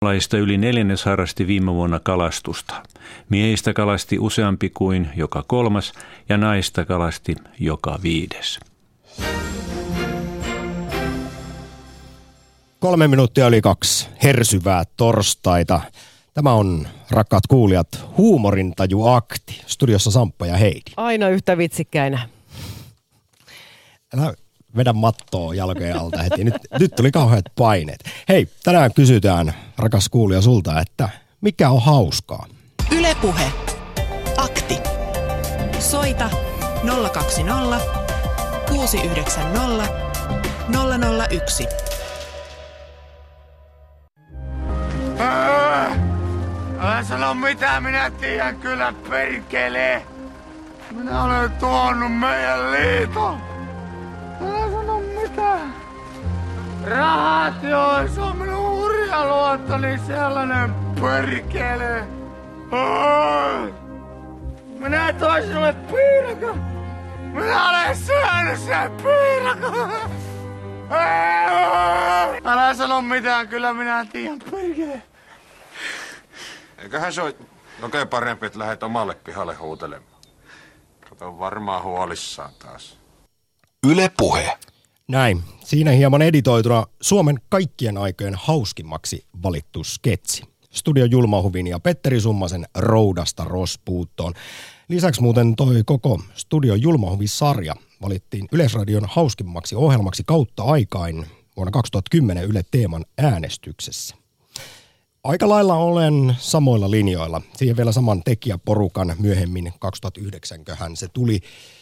Laista yli neljännes harrasti viime vuonna kalastusta. Miehistä kalasti useampi kuin joka kolmas ja naista kalasti joka viides. 3 minuuttia yli 2. Hersyvää torstaita. Tämä on, rakkaat kuulijat, Huumorintajuakti. Studiossa Samppa ja Heidi. Aina yhtä vitsikkäinä. Älä vedä mattoa jalkojen alta heti. Nyt tuli kauheat paineet. Hei, tänään kysytään, rakas kuulija, sulta, että mikä on hauskaa? Yle Puhe. Akti. Soita 020 690 001. Älä sano mitään, minä tiedän kyllä perkelee. Minä olen tuonut meidän liiton. Älä sano mitään. Rahat joo, se on minun hurja luotto, niin sellainen perkelee. Minä toin sinulle piirakan. Minä olen syönyt sen piirakan. Älä sano mitään, kyllä minä tiedän perkelee. Eiköhän se ole oikein parempi, että lähdet omalle pihalle huutelemaan. Kato varmaan huolissaan taas. Yle Puhe. Näin. Siinä hieman editoituna Suomen kaikkien aikojen hauskimmaksi valittu sketsi. Studio Julmahuvin ja Petteri Summasen Roudasta rospuuttoon. Lisäksi muuten toi koko Studio Julmahuvin-sarja valittiin Yleisradion hauskimmaksi ohjelmaksi kautta aikain vuonna 2010 Yle Teeman äänestyksessä. Aika lailla olen samoilla linjoilla. Siihen vielä saman tekijäporukan myöhemmin 2009-köhän se tuli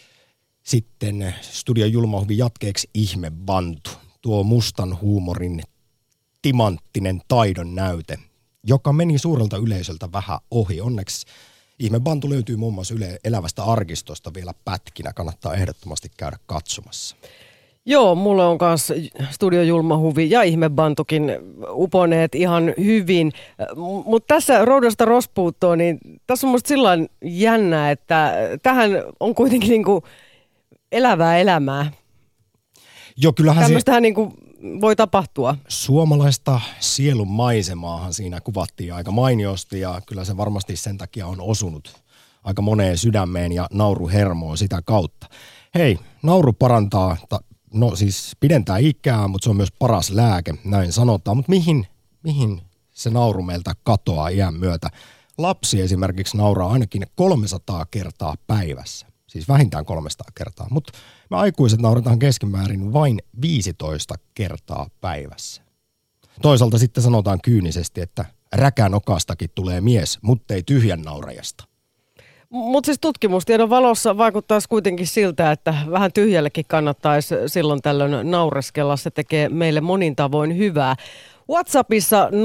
sitten Studio Julmahuvin jatkeeksi Ihmebantu. Tuo mustan huumorin timanttinen taidon näyte, joka meni suurelta yleisöltä vähän ohi. Onneksi Ihmebantu löytyy muun muassa Yle Elävästä arkistosta vielä pätkinä. Kannattaa ehdottomasti käydä katsomassa. Joo, mulle on kanssa Studio Julmahuvi ja Ihmebantukin uponeet ihan hyvin. Mutta tässä Roudasta rospuuttoon, niin tässä on musta sillain jännää, että tähän on kuitenkin niinku elävää elämää. Joo, kyllähän tämmöistähän niinku voi tapahtua. Suomalaista sielun maisemaahan siinä kuvattiin aika mainiosti ja kyllä se varmasti sen takia on osunut aika moneen sydämeen ja nauruhermoon sitä kautta. Hei, nauru parantaa, no siis pidentää ikää, mutta se on myös paras lääke, näin sanotaan. Mutta mihin se nauru meiltä katoaa iän myötä? Lapsi esimerkiksi nauraa ainakin 300 kertaa päivässä. Siis vähintään 300 kertaa, mutta me aikuiset naurataan keskimäärin vain 15 kertaa päivässä. Toisaalta sitten sanotaan kyynisesti, että räkänokastakin tulee mies, mutta ei tyhjän naurajasta. Mutta siis tutkimustiedon valossa vaikuttaisi kuitenkin siltä, että vähän tyhjällekin kannattaisi silloin tällöin naureskella. Se tekee meille monin tavoin hyvää. WhatsAppissa 0401638586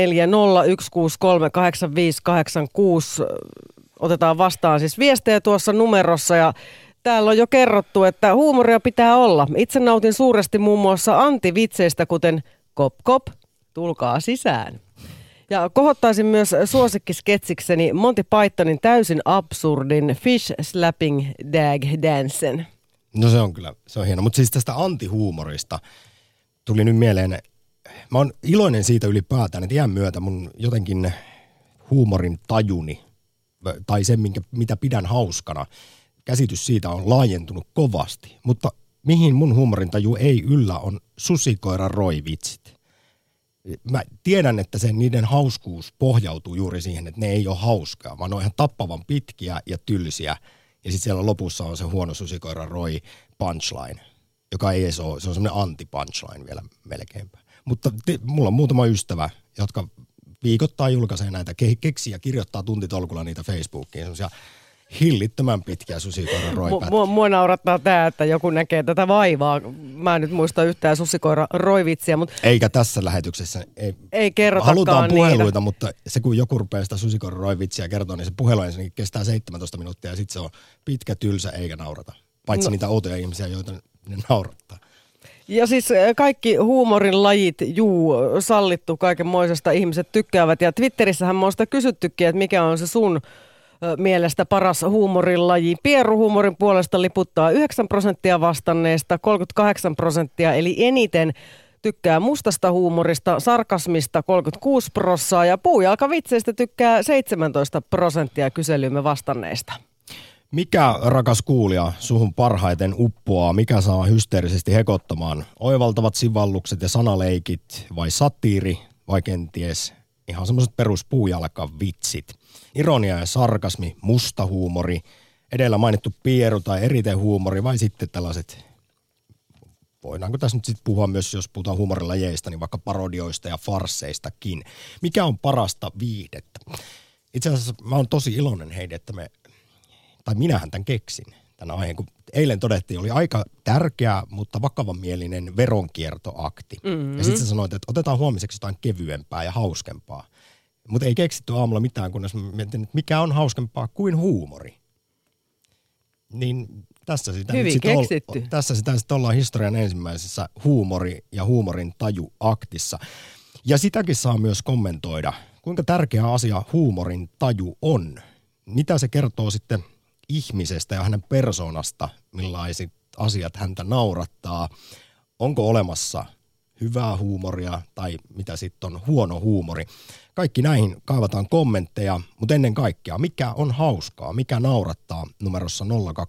otetaan vastaan siis viestejä tuossa numerossa ja täällä on jo kerrottu, että huumoria pitää olla. Itse nautin suuresti muun muassa antivitseistä, kuten kop kop, tulkaa sisään. Ja kohottaisin myös suosikkisketsikseni Monty Pythonin täysin absurdin Fish Slapping Dag Dancen. No se on hieno. Mutta siis tästä antihuumorista tuli nyt mieleen, mä oon iloinen siitä ylipäätään, että iän myötä mun jotenkin huumorin tajuni, tai se mitä pidän hauskana, käsitys siitä on laajentunut kovasti. Mutta mihin mun huumorintaju ei yllä on susikoiran roivitsit. Mä tiedän, että niiden hauskuus pohjautuu juuri siihen, että ne ei ole hauskaa, vaan ne on ihan tappavan pitkiä ja tylsiä. Ja sitten siellä lopussa on se huono susikoiran roi punchline, joka ei edes ole, se on semmoinen anti-punchline vielä melkeinpä. Mutta mulla on muutama ystävä, jotka viikoittain julkaisee näitä, keksii ja kirjoittaa tuntitolkulla niitä Facebookiin, semmoisia hillittömän pitkiä susikoiran roipätkiä. Mua naurattaa tämä, että joku näkee tätä vaivaa. Mä en nyt muista yhtään susikoiran roivitsiä. Eikä tässä lähetyksessä. Ei kerrotakaan halutaan puheluita, niitä. Mutta se kun joku rupeaa sitä susikoiran roivitsiä kertoo, niin se puhelu ensinnäkin kestää 17 minuuttia ja sitten se on pitkä, tylsä eikä naurata. Paitsi niitä outoja ihmisiä, joita ne naurattaa. Ja siis kaikki huumorin lajit, sallittu kaikenmoisesta, ihmiset tykkäävät. Ja Twitterissähän me on sitä kysyttykin, että mikä on se sun mielestä paras huumorin laji. Pieruhuumorin puolesta liputtaa 9% vastanneista, 38% eli eniten tykkää mustasta huumorista, sarkasmista 36% ja puujalkavitseistä tykkää 17% kyselymme vastanneista. Mikä, rakas kuulija, suhun parhaiten uppoaa? Mikä saa hysteerisesti hekottamaan? Oivaltavat sivallukset ja sanaleikit vai satiiri vai kenties ihan semmoiset peruspuujalkavitsit? Ironia ja sarkasmi, musta huumori, edellä mainittu pieru tai eritehuumori vai sitten tällaiset, voidaanko tässä nyt sitten puhua myös, jos puhutaan huumorilajeista, niin vaikka parodioista ja farsseistakin. Mikä on parasta viihdettä? Itse asiassa mä oon tosi iloinen että minähän tämän keksin, tämän aiheen, kun eilen todettiin, oli aika tärkeä, mutta vakavanmielinen veronkiertoakti. Mm-hmm. Ja sitten sä sanoit, että otetaan huomiseksi jotain kevyempää ja hauskempaa. Mutta ei keksitty aamulla mitään, kunnes mä mietin, että mikä on hauskempaa kuin huumori. Niin tässä sitä sitten ollaan historian ensimmäisessä huumori- ja huumorin tajuaktissa. Ja sitäkin saa myös kommentoida, kuinka tärkeä asia huumorin taju on. Mitä se kertoo sitten ihmisestä ja hänen persoonasta, millaiset asiat häntä naurattaa. Onko olemassa hyvää huumoria tai mitä sitten on huono huumori. Kaikki näihin kaivataan kommentteja, mutta ennen kaikkea, mikä on hauskaa, mikä naurattaa numerossa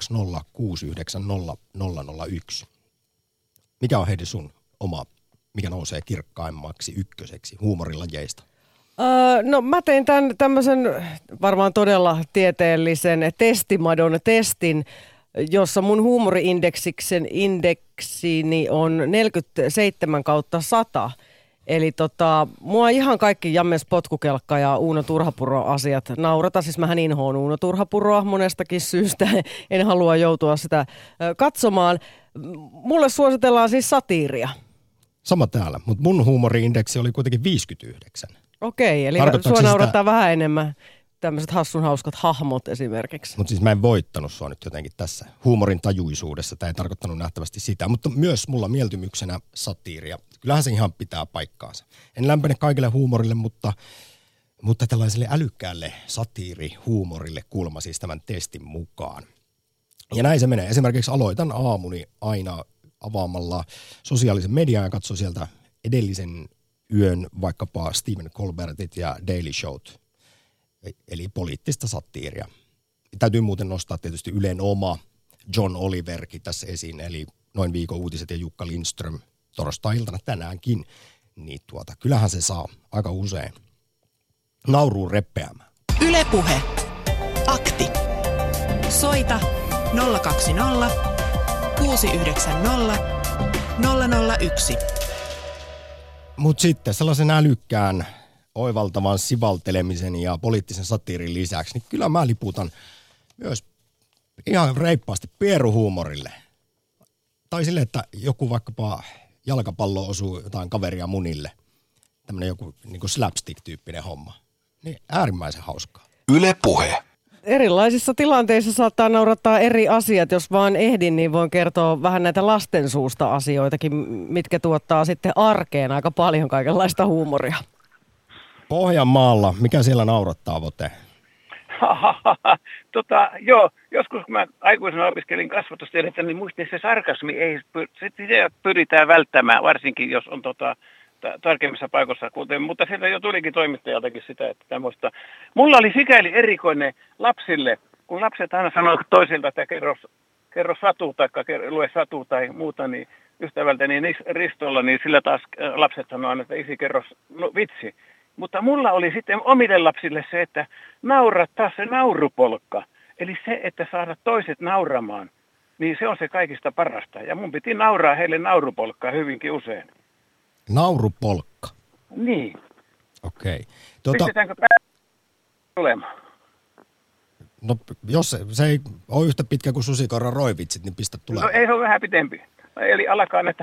020690001. Mikä on Heidi sun oma, mikä nousee kirkkaimmaksi ykköseksi huumorilajeista? No mä tein tämmöisen varmaan todella tieteellisen testimadon testin, jossa mun huumori-indeksini on 47/100. Eli mua ihan kaikki Jammes Potkukelkka ja Uuno Turhapuro asiat naurata. Siis mähän inhoon Uuno Turhapuroa monestakin syystä. En halua joutua sitä katsomaan. Mulle suositellaan siis satiiria. Sama täällä, mutta mun huumori-indeksi oli kuitenkin 59. Okei, eli sua naurattaa vähän enemmän tämmöiset hassun hauskat hahmot esimerkiksi. Mutta siis mä en voittanut sua nyt jotenkin tässä huumorin tajuisuudessa. Tämä ei tarkoittanut nähtävästi sitä, mutta myös mulla mieltymyksenä satiiria. Kyllähän se ihan pitää paikkaansa. En lämpene kaikille huumorille, mutta tällaiselle älykkäälle satiirihuumorille kuulemma siis tämän testin mukaan. Ja näin se menee. Esimerkiksi aloitan aamuni aina avaamalla sosiaalisen median ja katson sieltä edellisen yön vaikkapa Stephen Colbertit ja Daily Showt, eli poliittista satiiria. Täytyy muuten nostaa tietysti Ylen oma John Oliverkin tässä esiin, eli Noin viikon uutiset ja Jukka Lindström torstai-iltana tänäänkin. Niin kyllähän se saa aika usein nauruun reppeämään. Yle Puhe. Akti. Soita 020 690 001. Mutta sitten sellaisen älykkään, oivaltavan sivaltelemisen ja poliittisen satiirin lisäksi, niin kyllä mä liputan myös ihan reippaasti pieruhuumorille. Tai sille, että joku vaikkapa jalkapallo osuu jotain kaveria munille. Tämmöinen joku niin kuin slapstick-tyyppinen homma. Niin äärimmäisen hauskaa. Yle Puhe. Erilaisissa tilanteissa saattaa naurattaa eri asiat. Jos vaan ehdin, niin voin kertoa vähän näitä lasten suusta asioitakin, mitkä tuottaa sitten arkeen aika paljon kaikenlaista huumoria. Pohjanmaalla, mikä siellä naurattaa, Vote? Joo, joskus kun mä aikuisena opiskelin kasvatustiedettä, niin muistin se sarkasmi, sitä pyritään välttämään, varsinkin jos on tarkemmissa paikoissa, mutta sieltä jo tulikin toimittajaltakin sitä, että tämmöistä. Mulla oli sikäli erikoinen lapsille, kun lapset aina sanoo toisilta, että kerro satu tai lue satu tai muuta, niin ystävältä niin Ristolla, niin sillä taas lapset sanoo aina, että isi kerro vitsi. Mutta mulla oli sitten omille lapsille se, että naurattaa se naurupolkka. Eli se, että saada toiset nauramaan, niin se on se kaikista parasta. Ja mun piti nauraa heille naurupolkkaa hyvinkin usein. Naurupolkka? Niin. Okei. Pistetäänkö tulemaan? No jos se ei ole yhtä pitkä kuin Susikoiran roivitsit, niin pistä tulemaan. No ei, se on vähän pitempi. Eli alkaa, että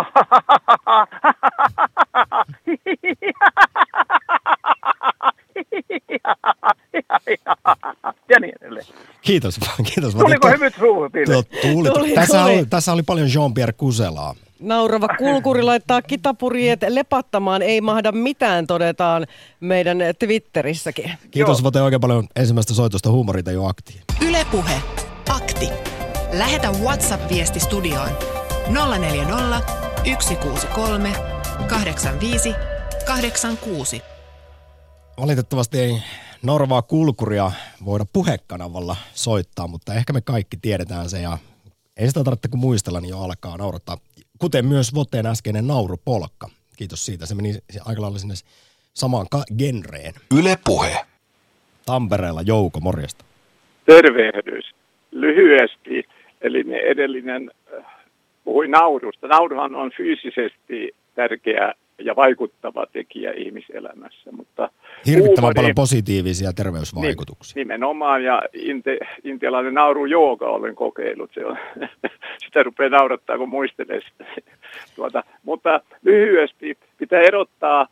ja niin edelleen. Kiitos. Tuliko hyvyt suuhun? Tuli. Tässä oli paljon Jean-Pierre Kuselaa. Naurava kulkuri laittaa kitapurjeet lepattamaan, ei mahda mitään, todetaan meidän Twitterissäkin. Kiitos Vote oikein paljon ensimmäistä soitosta huumorintaju aktiin. Yle Puhe. Akti. Lähetä WhatsApp-viesti studioon 040 163 85 86. Valitettavasti ei Norvaa Kulkuria voida puhekanavalla soittaa, mutta ehkä me kaikki tiedetään se ja ei sitä tarvitse kun muistella, niin jo alkaa naurattaa. Kuten myös Voteen äskeinen naurupolkka. Kiitos siitä, se meni aika lailla sinne samaan genreen. Yle Puhe. Tampereella Jouko, morjesta. Tervehdys. Lyhyesti, eli edellinen puhui naurusta. Nauruhan on fyysisesti tärkeä ja vaikuttava tekijä ihmiselämässä, mutta hirvittävän paljon positiivisia terveysvaikutuksia. Nimenomaan, ja intialainen naurujooga olen kokeillut. Se on, sitä rupeaa naurattaa, kun muistelee sitä. Mutta lyhyesti pitää erottaa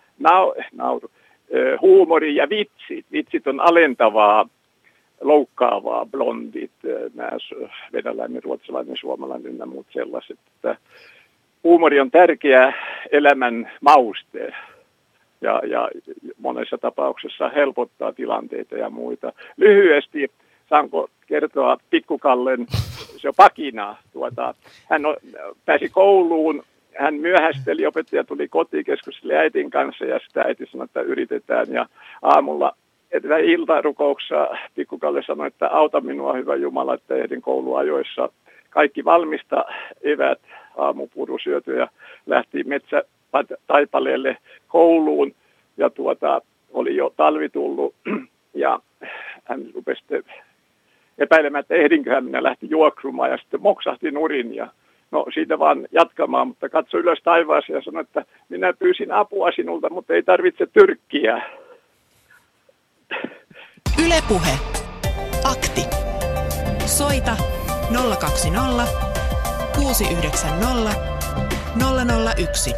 huumori ja vitsit. Vitsit on alentavaa, loukkaavaa, blondit, nämä venäläinen, ruotsalainen, suomalainen ja muut sellaiset. Että huumori on tärkeä elämän mauste ja monessa tapauksessa helpottaa tilanteita ja muita. Lyhyesti saanko kertoa Pikkukallen, se on pakina. Hän pääsi kouluun, hän myöhästeli, opettaja tuli kotiin, keskusteli äitin kanssa ja sitä äiti sanoi, että yritetään. Ja aamulla iltarukouksessa Pikkukalle sanoi, että auta minua, hyvä Jumala, että ehdin kouluajoissa. Kaikki valmista, eväät, aamupuru syöty ja lähti metsätaipaleelle kouluun ja oli jo talvi tullut ja hän rupesi epäilemään, että ehdinköhän minä lähti juoksumaan ja sitten moksahti nurin ja no siitä vaan jatkamaan, mutta katsoi ylös taivaaseen ja sanoi, että minä pyysin apua sinulta, mutta ei tarvitse tyrkkiä. Yle Puhe. Akti. Soita 020 690 001.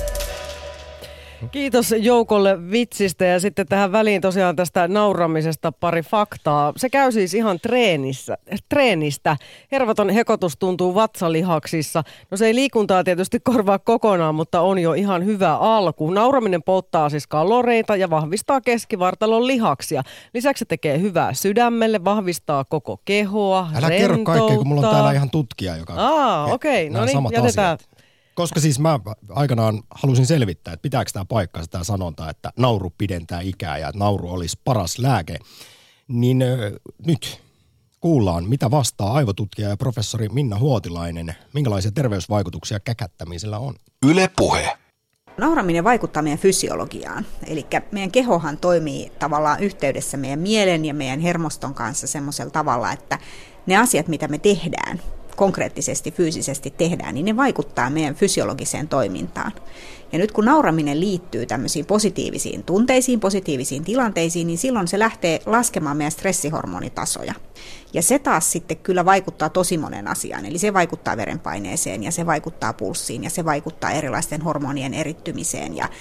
Kiitos Joukolle vitsistä ja sitten tähän väliin tosiaan tästä nauramisesta pari faktaa. Se käy siis ihan treenistä. Hervaton hekotus tuntuu vatsalihaksissa. No se ei liikuntaa tietysti korvaa kokonaan, mutta on jo ihan hyvä alku. Nauraminen polttaa siis kaloreita ja vahvistaa keskivartalon lihaksia. Lisäksi se tekee hyvää sydämelle, vahvistaa koko kehoa, älä kerro kaikkea, kun mulla on täällä ihan tutkija, joka... okei. No niin, jätetään. Asiat. Koska siis mä aikanaan halusin selvittää, että pitääkö tämä paikkansa tämä sanonta, että nauru pidentää ikää ja että nauru olisi paras lääke. Niin nyt kuullaan, mitä vastaa aivotutkija ja professori Minna Huotilainen. Minkälaisia terveysvaikutuksia käkättämisellä on? Yle Puhe. Nauraminen vaikuttaa meidän fysiologiaan. Eli meidän kehohan toimii tavallaan yhteydessä meidän mielen ja meidän hermoston kanssa semmoisella tavalla, että ne asiat, mitä me tehdään, konkreettisesti, fyysisesti tehdään, niin ne vaikuttaa meidän fysiologiseen toimintaan. Ja nyt kun nauraminen liittyy tämmöisiin positiivisiin tunteisiin, positiivisiin tilanteisiin, niin silloin se lähtee laskemaan meidän stressihormonitasoja. Ja se taas sitten kyllä vaikuttaa tosi monen asiaan. Eli se vaikuttaa verenpaineeseen ja se vaikuttaa pulssiin ja se vaikuttaa erilaisten hormonien erittymiseen. Ja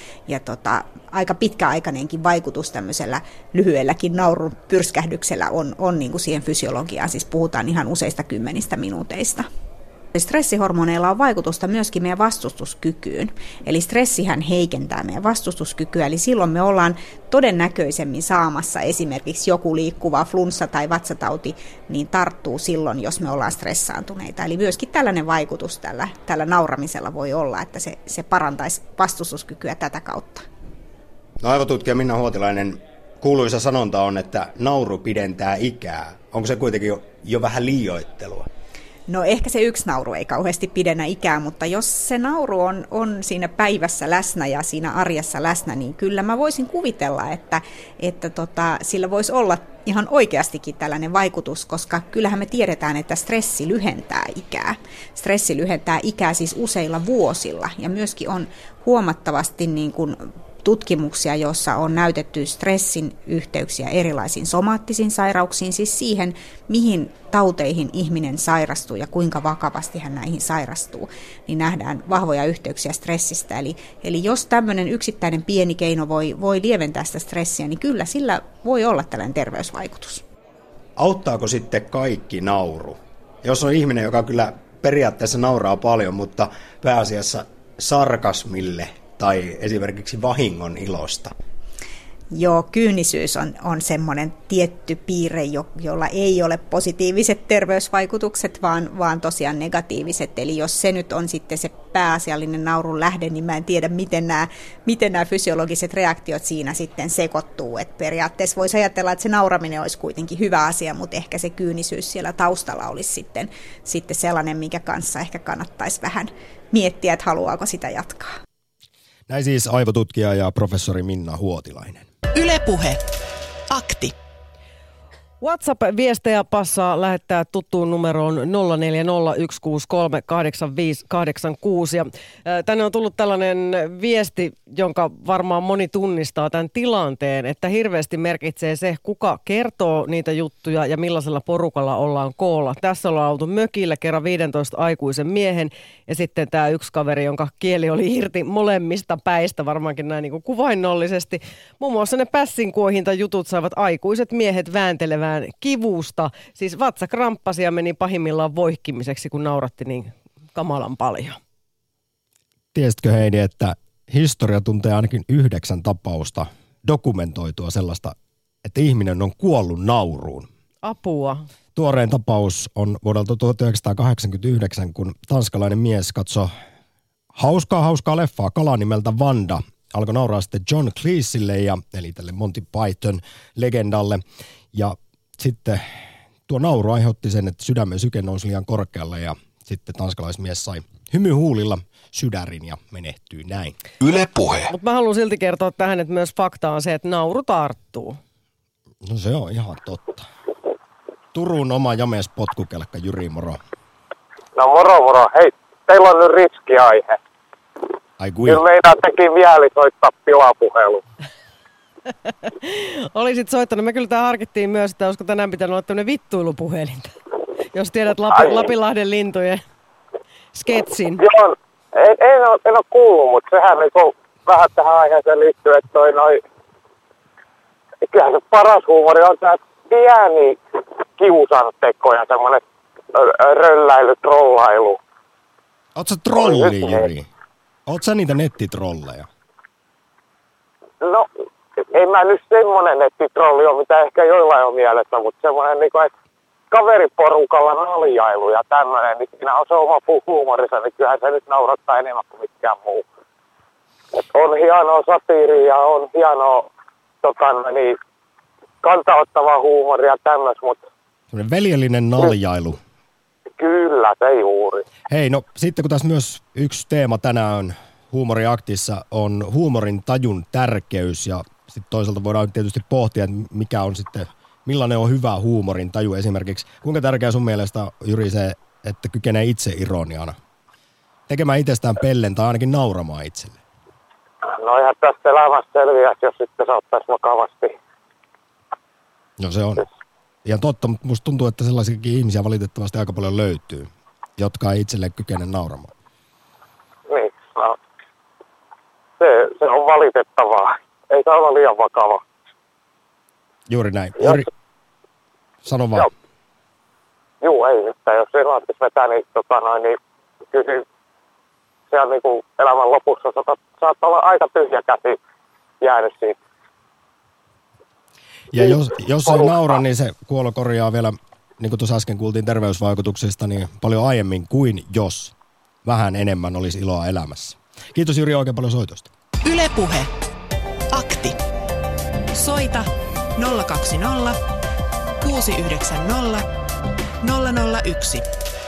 aika pitkäaikainenkin vaikutus tämmöisellä lyhyelläkin naurun pyrskähdyksellä on niin kuin siihen fysiologiaan. Siis puhutaan ihan useista 10 minuuteista. Stressihormoneilla on vaikutusta myöskin meidän vastustuskykyyn. Eli stressihän heikentää meidän vastustuskykyä, eli silloin me ollaan todennäköisemmin saamassa esimerkiksi joku liikkuva flunssa tai vatsatauti, niin tarttuu silloin, jos me ollaan stressaantuneita. Eli myöskin tällainen vaikutus tällä nauramisella voi olla, että se parantaisi vastustuskykyä tätä kautta. No, aivotutkija Minna Huotilainen, kuuluisa sanonta on, että nauru pidentää ikää. Onko se kuitenkin jo vähän liioittelua? No ehkä se yksi nauru ei kauheasti pidennä ikää, mutta jos se nauru on siinä päivässä läsnä ja siinä arjessa läsnä, niin kyllä mä voisin kuvitella, että sillä voisi olla ihan oikeastikin tällainen vaikutus, koska kyllähän me tiedetään, että stressi lyhentää ikää. Stressi lyhentää ikää siis useilla vuosilla ja myöskin on huomattavasti niin kuin tutkimuksia, joissa on näytetty stressin yhteyksiä erilaisiin somaattisiin sairauksiin, siis siihen, mihin tauteihin ihminen sairastuu ja kuinka vakavasti hän näihin sairastuu, niin nähdään vahvoja yhteyksiä stressistä. Eli jos tämmöinen yksittäinen pieni keino voi lieventää sitä stressiä, niin kyllä sillä voi olla tällainen terveysvaikutus. Auttaako sitten kaikki nauru? Jos on ihminen, joka kyllä periaatteessa nauraa paljon, mutta pääasiassa sarkasmille tai esimerkiksi vahingon ilosta? Joo, kyynisyys on semmoinen tietty piirre, jolla ei ole positiiviset terveysvaikutukset, vaan tosiaan negatiiviset. Eli jos se nyt on sitten se pääasiallinen naurun lähde, niin mä en tiedä, miten nämä fysiologiset reaktiot siinä sitten sekoittuu. Et periaatteessa voisi ajatella, että se nauraminen olisi kuitenkin hyvä asia, mutta ehkä se kyynisyys siellä taustalla olisi sitten sellainen, minkä kanssa ehkä kannattaisi vähän miettiä, että haluaako sitä jatkaa. Näin siis aivotutkija ja professori Minna Huotilainen. Yle Puhe. Akti. WhatsApp-viestejä passaa lähettää tuttuun numeroon 0401638586. Ja tänne on tullut tällainen viesti, jonka varmaan moni tunnistaa tämän tilanteen, että hirveästi merkitsee se, kuka kertoo niitä juttuja ja millaisella porukalla ollaan koolla. Tässä ollaan oltu mökillä kerran 15 aikuisen miehen ja sitten tämä yksi kaveri, jonka kieli oli irti molemmista päistä, varmaankin näin niin kuin kuvainnollisesti. Muun muassa ne pässinkuohintajutut saivat aikuiset miehet vääntelevään kivusta. Siis vatsa kramppasi ja meni pahimmillaan voihkimiseksi, kun nauratti niin kamalan paljon. Tiesitkö Heidi, että historia tuntee ainakin 9 tapausta dokumentoitua sellaista, että ihminen on kuollut nauruun? Apua. Tuorein tapaus on vuodelta 1989, kun tanskalainen mies katsoi hauskaa leffaa kalaa nimeltä Vanda. Alkoi nauraa sitten John Cleeseille eli tälle Monty Python legendalle. Ja sitten tuo nauru aiheutti sen, että sydämen syke nousi liian korkealle ja sitten tanskalaismies sai hymyhuulilla sydärin ja menehtyi näin. Yle Puhe. Mutta mä haluan silti kertoa tähän, että myös fakta on se, että nauru tarttuu. No se on ihan totta. Turun oma james potkukelkka Jyri, moro. No moro. Hei, teillä on nyt riskiaihe. Ai kui? Kyllä meidän teki mieli soittaa pilapuhelu. Olisit soittanut. Me kyllä tää harkittiin myös, että olisiko tänään pitänyt olla tämmöinen vittuilupuhelinta. Jos tiedät Lapinlahden lintujen sketsin. Joo, en ole kuullut, mutta sehän niinku vähän tähän aiheeseen liittyy, että kyllähän se paras huumori on tää pieni kiusanteko ja semmoinen rölläily, trollailu. Oot sä trolli, Jyri? Oot sä niitä nettitrolleja? No, en mä nyt semmonen nettitrolli ole, mitä ehkä joillain on mielessä, mutta semmoinen niinku, että kaveriporukalla naljailu ja tämmöinen, niin siinä on se oma huumorinsa, niin kyllähän se nyt naurattaa enemmän kuin mikään muu. Et on hienoa satiiria ja on hienoa kantaottavaa huumoria tämmöistä, mutta... Semmoinen veljellinen naljailu. Kyllä, se juuri. Hei, no sitten kun tässä myös yksi teema tänään Huumoriaktissa on huumorin tajun tärkeys ja sitten toisaalta voidaan tietysti pohtia, että mikä on sitten, millainen on hyvä huumorin taju esimerkiksi. Kuinka tärkeä sun mielestä, Jyri, se, että kykenee itse ironiana? Tekemään itsestään pellen tai ainakin nauramaan itselle? No ihan tästä elämästä selviäisi, jos sitten se ottaisi vakavasti. No se on ihan totta, mutta musta tuntuu, että sellaisiakin ihmisiä valitettavasti aika paljon löytyy, jotka ei itselleen kykene nauramaan. Niin, no. Se on valitettavaa. Ei saa olla liian vakava. Juuri näin. Jyri, sano vaan. Joo, ei mitään. Jos irlantis vetää, niin, niin kyllä siellä niin kuin elämän lopussa saattaa olla aika tyhjä käsi jäänyt siitä. Ja jos ei naura, niin se kuolo korjaa vielä, niin kuin tuossa äsken kuultiin terveysvaikutuksista, niin paljon aiemmin kuin jos vähän enemmän olisi iloa elämässä. Kiitos Jyri oikein paljon soitosta. Yle Puhe. Akti. Soita 020 690 001.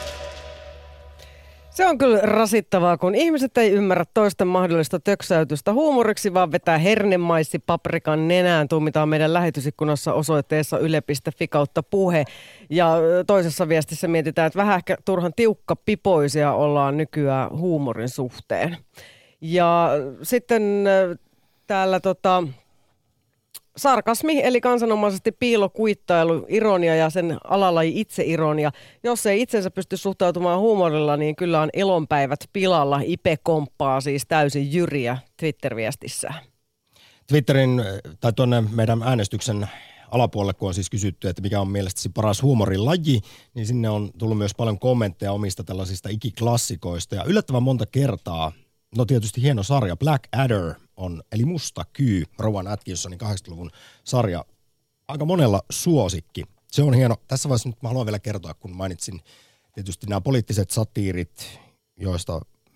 Se on kyllä rasittavaa, kun ihmiset ei ymmärrä toisten mahdollista töksäytystä huumoriksi, vaan vetää hernemaissi paprikan nenään, tuumitaan meidän lähetysikkunassa osoitteessa yle.fi/puhe. Ja toisessa viestissä mietitään, että vähän ehkä turhan tiukkapipoisia ollaan nykyään huumorin suhteen. Ja sitten täällä sarkasmi, eli kansanomaisesti piilokuittailu, ironia ja sen alalaji itseironia. Jos ei itsensä pysty suhtautumaan huumorilla, niin kyllä on elonpäivät pilalla. Ipe komppaa siis täysin Jyriä Twitter-viestissään. Twitterin tai tuonne meidän äänestyksen alapuolelle, kun on siis kysytty, että mikä on mielestäsi paras huumorin laji, niin sinne on tullut myös paljon kommentteja omista tällaisista ikiklassikoista. Ja yllättävän monta kertaa, no tietysti hieno sarja, Black Adder on, eli Musta kyy, Rowan Atkinsonin 80-luvun sarja, aika monella suosikki. Se on hieno. Tässä vaiheessa nyt mä haluan vielä kertoa, kun mainitsin tietysti nämä poliittiset satiirit, joista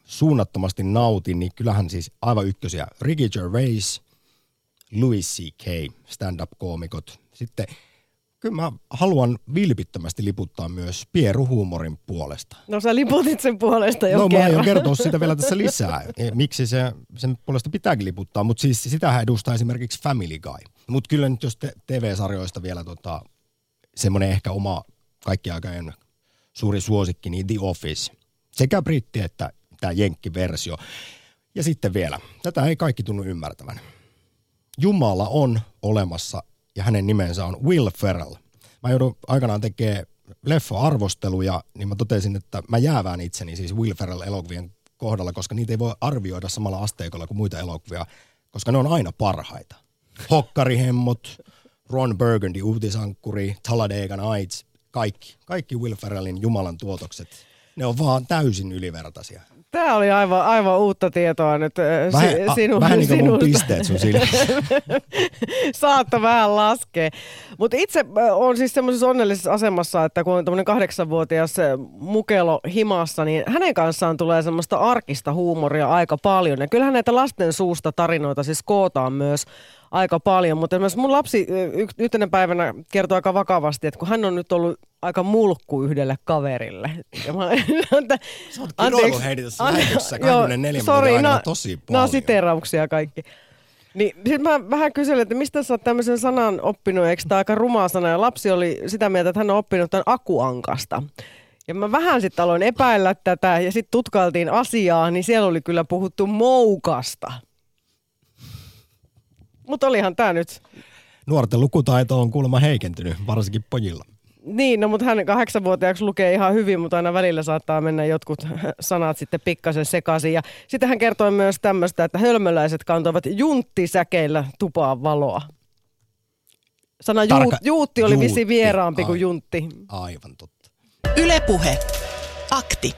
suunnattomasti nautin, niin kyllähän siis aivan ykkösiä. Ricky Gervais, Louis C.K., stand-up-koomikot. Sitten kyllä mä haluan vilpittömästi liputtaa myös pieruhuumorin puolesta. No sä liputit sen puolesta jo kerran. No mä aion kertoa sitä vielä tässä lisää. Miksi sen puolesta pitääkin liputtaa, mutta siis sitähän edustaa esimerkiksi Family Guy. Mutta kyllä nyt jos TV-sarjoista vielä semmoinen ehkä oma kaikkiaikainen suuri suosikki, niin The Office. Sekä britti että tämä jenkkiversio. Ja sitten vielä, tätä ei kaikki tunnu ymmärtävän. Jumala on olemassa ja hänen nimensä on Will Ferrell. Mä joudun aikanaan tekemään leffa-arvosteluja, niin mä totesin, että mä jäävään itseni siis Will Ferrell-elokuvien kohdalla, koska niitä ei voi arvioida samalla asteikolla kuin muita elokuvia, koska ne on aina parhaita. Hokkarihemmot, Ron Burgundy, uutisankkuri, Talladega Nights, kaikki Will Ferrellin Jumalan tuotokset, ne on vaan täysin ylivertaisia. Tämä oli aivan uutta tietoa nyt vähän niin kuin mun pisteet sun silmissä. Saatta vähän laskea. Mutta itse on siis semmoisessa onnellisessa asemassa, että kun on tämmöinen 8-vuotias mukelo himassa, niin hänen kanssaan tulee semmoista arkista huumoria aika paljon. Ja kyllähän näitä lasten suusta tarinoita siis kootaan myös aika paljon, mutta myös mun lapsi yhtenä päivänä kertoi aika vakavasti, että kun hän on nyt ollut aika mulkku yhdelle kaverille. Ja mä, sä oot kiroillut heitä tässä lähetyksessä 24 minuutin aikana tosi paljon. No siteerauksia kaikki. Niin sit mä vähän kyselin, että mistä sä oot tämmöisen sanan oppinut, eikö tämä aika ruma sana? Ja lapsi oli sitä mieltä, että hän on oppinut tämän akuankasta. Ja mä vähän sitten aloin epäillä tätä ja sitten tutkailtiin asiaa, niin siellä oli kyllä puhuttu moukasta. Mutta olihan tämä nyt. Nuorten lukutaito on kuulemma heikentynyt, varsinkin pojilla. Niin, no mutta hän 8-vuotiaaksi lukee ihan hyvin, mutta aina välillä saattaa mennä jotkut sanat sitten pikkasen sekaisin. Ja sitten hän kertoi myös tämmöistä, että hölmöläiset kantoivat junttisäkeillä tupaan valoa. Sana juutti oli vissiin vieraampi kuin juntti. Aivan totta. Yle Puhe. Akti.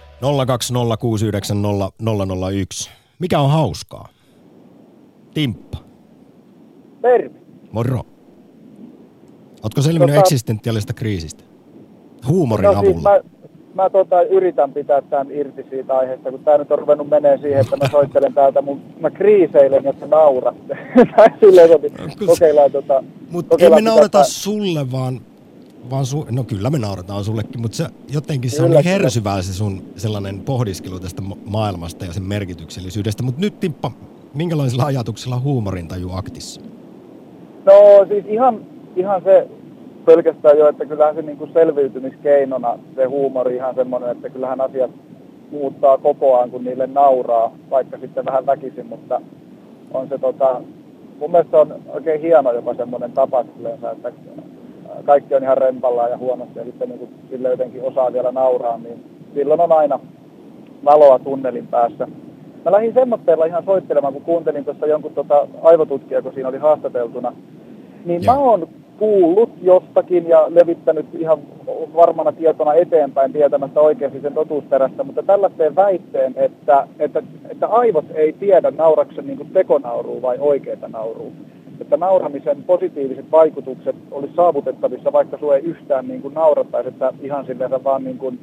020690001. Mikä on hauskaa? Timppa. Terve. Moro. Ootko selvinnyt eksistentiaalisesta kriisistä? Huumorin avulla. Siis mä yritän pitää tämän irti siitä aiheesta, kun tää nyt on ruvennut menee siihen, että mä soittelen täältä, mä kriiseilen, jotta nauratte. Kokeillaan Mutta emme naurata sulle, vaan no kyllä me naurataan sullekin, mutta se jotenkin se on niin hersyvää se sun sellainen pohdiskelu tästä maailmasta ja sen merkityksellisyydestä. Mutta nyt Timppa, minkälaisilla ajatuksilla huumorintaju aktissa? No siis ihan se pelkästään jo, että kyllähän se niinku selviytymiskeinona se huumori ihan semmoinen, että kyllähän asiat muuttaa koko ajan, kun niille nauraa, vaikka sitten vähän väkisin, mutta on se mun mielestä on oikein hieno jopa semmoinen tapa silleen, että kaikki on ihan rempallaan ja huonosti ja sitten niinku sille jotenkin osaa vielä nauraa, niin silloin on aina valoa tunnelin päässä. Mä lähdin semmoitteella ihan soittelemaan, kun kuuntelin tuossa jonkun aivotutkija, kun siinä oli haastateltuna. Niin mä oon kuullut jostakin ja levittänyt ihan varmana tietona eteenpäin tietämättä oikeasti sen totuusperästä, mutta tällaiseen väitteen, että aivot ei tiedä nauraksen niin kuin tekonaurua vai oikeita naurua. Että nauramisen positiiviset vaikutukset olisi saavutettavissa, vaikka sua ei yhtään niin kuin naurattaisi, että ihan silleen vaan niin kuin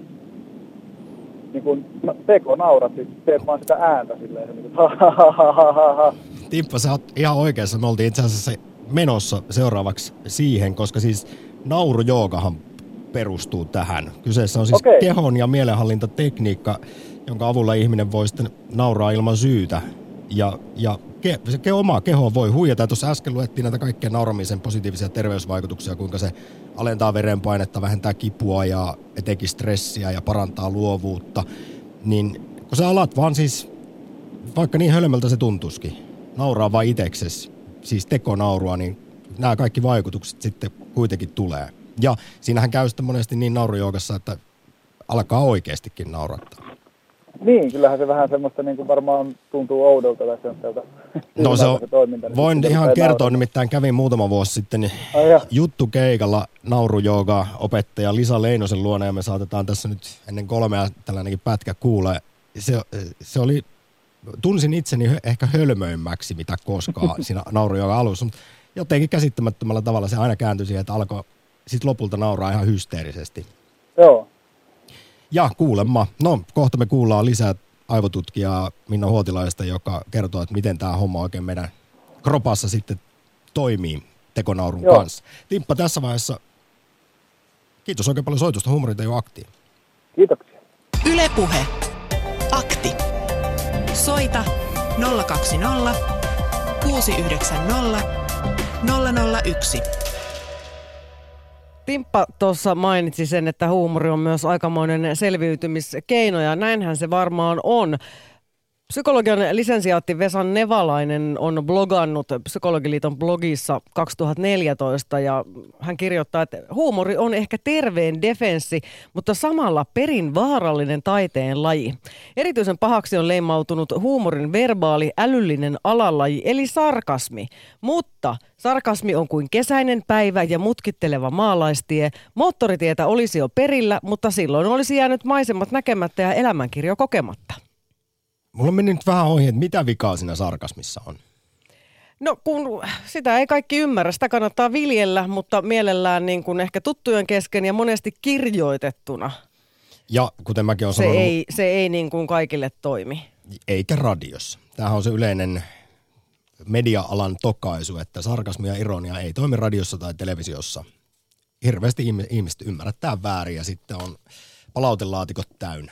tekonaurat, teet vaan sitä ääntä silleen. Niin kuin, Timppa, sä oot ihan oikeassa. Me oltiin itse asiassa menossa seuraavaksi siihen, koska siis naurujoogahan perustuu tähän. Kyseessä on siis kehon- ja mielenhallintatekniikka, jonka avulla ihminen voi sitten nauraa ilman syytä. Ja se oma keho voi huijata. Ja tuossa äsken luettiin näitä kaikkia nauramisen positiivisia terveysvaikutuksia, kuinka se alentaa verenpainetta, vähentää kipua ja etenkin stressiä ja parantaa luovuutta. Niin kun sä alat vaan siis, vaikka niin hölmöltä se tuntuisikin, nauraa vaan itseksesi, siis tekonaurua, niin nämä kaikki vaikutukset sitten kuitenkin tulee. Ja siinähän käy sitten monesti niin naurujoogassa, että alkaa oikeastikin naurattaa. Niin, kyllähän se vähän semmoista niin kuin varmaan tuntuu oudolta tai semmoista. No se on, voin ihan kertoa, nimittäin kävin muutama vuosi sitten juttukeikalla naurujooga opettaja Lisa Leinosen luona ja me saatetaan tässä nyt ennen 3 tällainenkin pätkä kuulee. Se oli, tunsin itseni ehkä hölmöimmäksi mitä koskaan siinä naurujooga alussa, mutta jotenkin käsittämättömällä tavalla se aina kääntyi siihen, että alkoi sitten lopulta nauraa ihan hysteerisesti. Joo. Ja kuulemma, no kohta me kuullaan lisää aivotutkijaa Minna Huotilaista, joka kertoo, että miten tämä homma oikein meidän kropassa sitten toimii tekonaurun kanssa. Timppa, tässä vaiheessa kiitos oikein paljon soitusta Huumorintaju Aktiin. Kiitoksia. Yle Puhe. Akti. Soita 020 690 001. Timppa tuossa mainitsi sen, että huumori on myös aikamoinen selviytymiskeino, ja näinhän se varmaan on. Psykologian lisensiaatti Vesa Nevalainen on blogannut Psykologiliiton blogissa 2014 ja hän kirjoittaa, että huumori on ehkä terveen defenssi, mutta samalla perin vaarallinen taiteen laji. Erityisen pahaksi on leimautunut huumorin verbaali älyllinen alalaji eli sarkasmi, mutta sarkasmi on kuin kesäinen päivä ja mutkitteleva maalaistie. Moottoritietä olisi jo perillä, mutta silloin olisi jäänyt maisemat näkemättä ja elämänkirjo kokematta. Mulla on mennyt nyt vähän ohi, että mitä vikaa siinä sarkasmissa on? No kun sitä ei kaikki ymmärrä, sitä kannattaa viljellä, mutta mielellään niin kuin ehkä tuttujen kesken ja monesti kirjoitettuna. Ja kuten mäkin olen sanonut... Se ei niin kuin kaikille toimi. Eikä radiossa. Tämähän on se yleinen media-alan tokaisu, että sarkasmi ja ironia ei toimi radiossa tai televisiossa. Hirveästi ihmiset ymmärrättää väärin ja sitten on palautelaatikot täynnä.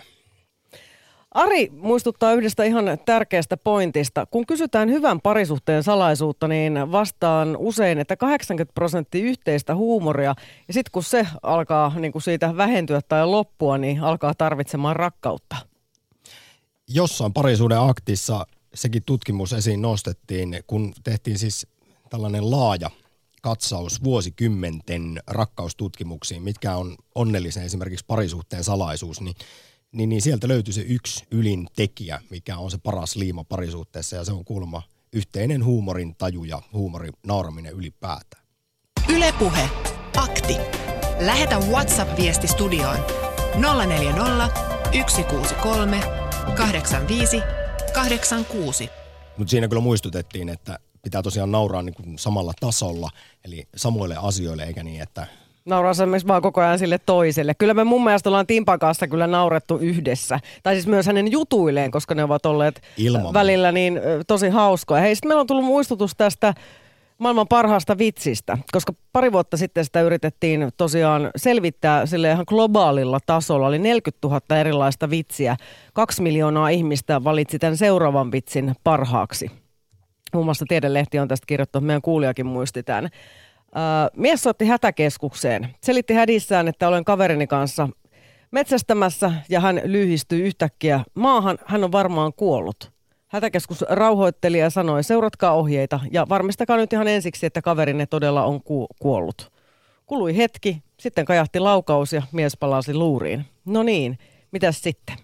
Ari muistuttaa yhdestä ihan tärkeästä pointista. Kun kysytään hyvän parisuhteen salaisuutta, niin vastaan usein, että 80% yhteistä huumoria. Ja sitten kun se alkaa niin kuin siitä vähentyä tai loppua, niin alkaa tarvitsemaan rakkautta. Jossain parisuuden aktissa sekin tutkimus esiin nostettiin, kun tehtiin siis tällainen laaja katsaus vuosikymmenten rakkaustutkimuksiin, mitkä on onnellisen esimerkiksi parisuhteen salaisuus, niin sieltä löytyy se yksi ylin tekijä, mikä on se paras liima parisuhteessa, ja se on kuulemma yhteinen huumorin taju ja huumorin nauraminen ylipäätään. Yle Puhe. Akti. Lähetä WhatsApp-viesti studioon 040 163 85 86. Mutta siinä kyllä muistutettiin, että pitää tosiaan nauraa niin kuin samalla tasolla, eli samoille asioille, eikä niin, että... Nauraa esimerkiksi vaan koko ajan sille toiselle. Kyllä me mun mielestä ollaan Timpan kanssa kyllä naurettu yhdessä. Tai siis myös hänen jutuilleen, koska ne ovat olleet välillä niin tosi hauskoja. Hei, sitten meillä on tullut muistutus tästä maailman parhaasta vitsistä, koska pari vuotta sitten sitä yritettiin tosiaan selvittää sille ihan globaalilla tasolla. Oli 40 000 erilaista vitsiä. 2 miljoonaa ihmistä valitsi tämän seuraavan vitsin parhaaksi. Muun muassa Tiedelehti on tästä kirjoittanut, meidän kuulijakin muisti tämän. Mies soitti hätäkeskukseen. Selitti hädissään, että olen kaverini kanssa metsästämässä ja hän lyhistyi yhtäkkiä maahan. Hän on varmaan kuollut. Hätäkeskus rauhoitteli ja sanoi, seuratkaa ohjeita ja varmistakaa nyt ihan ensiksi, että kaverinne todella on kuollut. Kului hetki, sitten kajahti laukaus ja mies palasi luuriin. No niin, mitäs sitten?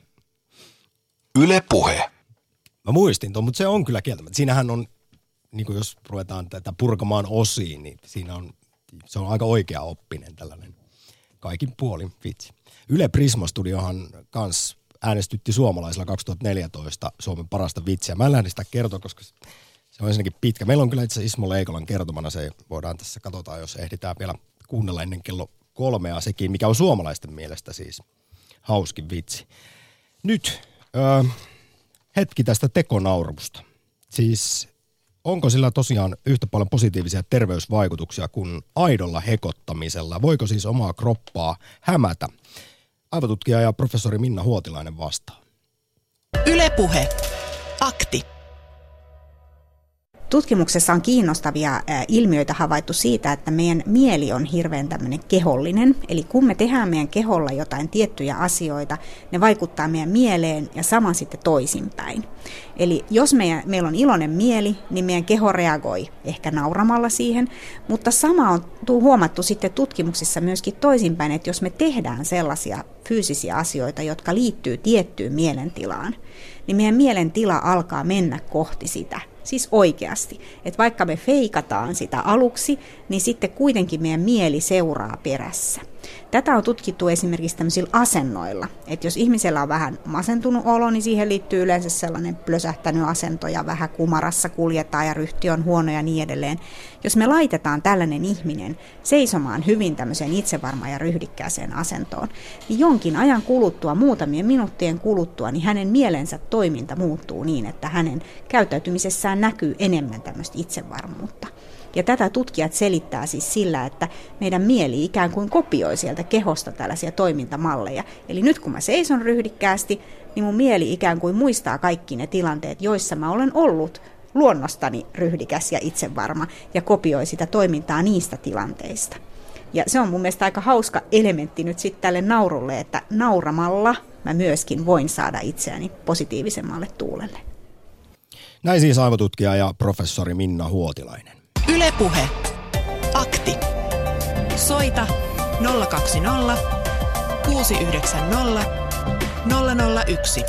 Yle Puhe. Mä muistin tuon, mutta se on kyllä kieltämättä. Siinähän on, niin kuin jos ruvetaan tätä purkamaan osiin, niin se on aika oikea oppinen tällainen kaikin puolin vitsi. Yle Prisma Studiohan kanssa äänestytti suomalaisilla 2014 Suomen parasta vitsiä. Mä en lähde sitä kertoa, koska se on ensinnäkin pitkä. Meillä on kyllä itse Ismo Leikolan kertomana, se voidaan tässä katsotaan, jos ehditään vielä kuunnella ennen kello 3 sekin, mikä on suomalaisten mielestä siis hauskin vitsi. Nyt hetki tästä tekonaurusta. Siis onko sillä tosiaan yhtä paljon positiivisia terveysvaikutuksia kuin aidolla hekottamisella? Voiko siis omaa kroppaa hämätä? Aivotutkija ja professori Minna Huotilainen vastaa. Yle Puhe. Akti. Tutkimuksessa on kiinnostavia ilmiöitä havaittu siitä, että meidän mieli on hirveän tämmöinen kehollinen. Eli kun me tehdään meidän keholla jotain tiettyjä asioita, ne vaikuttaa meidän mieleen ja sama sitten toisinpäin. Eli jos meillä on iloinen mieli, niin meidän keho reagoi ehkä nauramalla siihen, mutta sama on huomattu sitten tutkimuksissa myöskin toisinpäin, että jos me tehdään sellaisia fyysisiä asioita, jotka liittyy tiettyyn mielentilaan, niin meidän mielentila alkaa mennä kohti sitä. Siis oikeasti. Että vaikka me feikataan sitä aluksi, niin sitten kuitenkin meidän mieli seuraa perässä. Tätä on tutkittu esimerkiksi tämmöisillä asennoilla, että jos ihmisellä on vähän masentunut olo, niin siihen liittyy yleensä sellainen plösähtänyt asento ja vähän kumarassa kuljetaan ja ryhti on huono ja niin edelleen. Jos me laitetaan tällainen ihminen seisomaan hyvin tämmöiseen itsevarmaan ja ryhdikkääseen asentoon, niin jonkin ajan kuluttua, muutamien minuuttien kuluttua, niin hänen mielensä toiminta muuttuu niin, että hänen käyttäytymisessään näkyy enemmän tämmöistä itsevarmuutta. Ja tätä tutkijat selittää siis sillä, että meidän mieli ikään kuin kopioi sieltä kehosta tällaisia toimintamalleja. Eli nyt kun mä seison ryhdikkäästi, niin mun mieli ikään kuin muistaa kaikki ne tilanteet, joissa mä olen ollut luonnostani ryhdikäs ja itsevarma ja kopioi sitä toimintaa niistä tilanteista. Ja se on mun mielestä aika hauska elementti nyt sitten tälle naurulle, että nauramalla mä myöskin voin saada itseäni positiivisemmalle tuulelle. Näin siis aivotutkija ja professori Minna Huotilainen. Yle Puhe. Akti. Soita 020 690 001.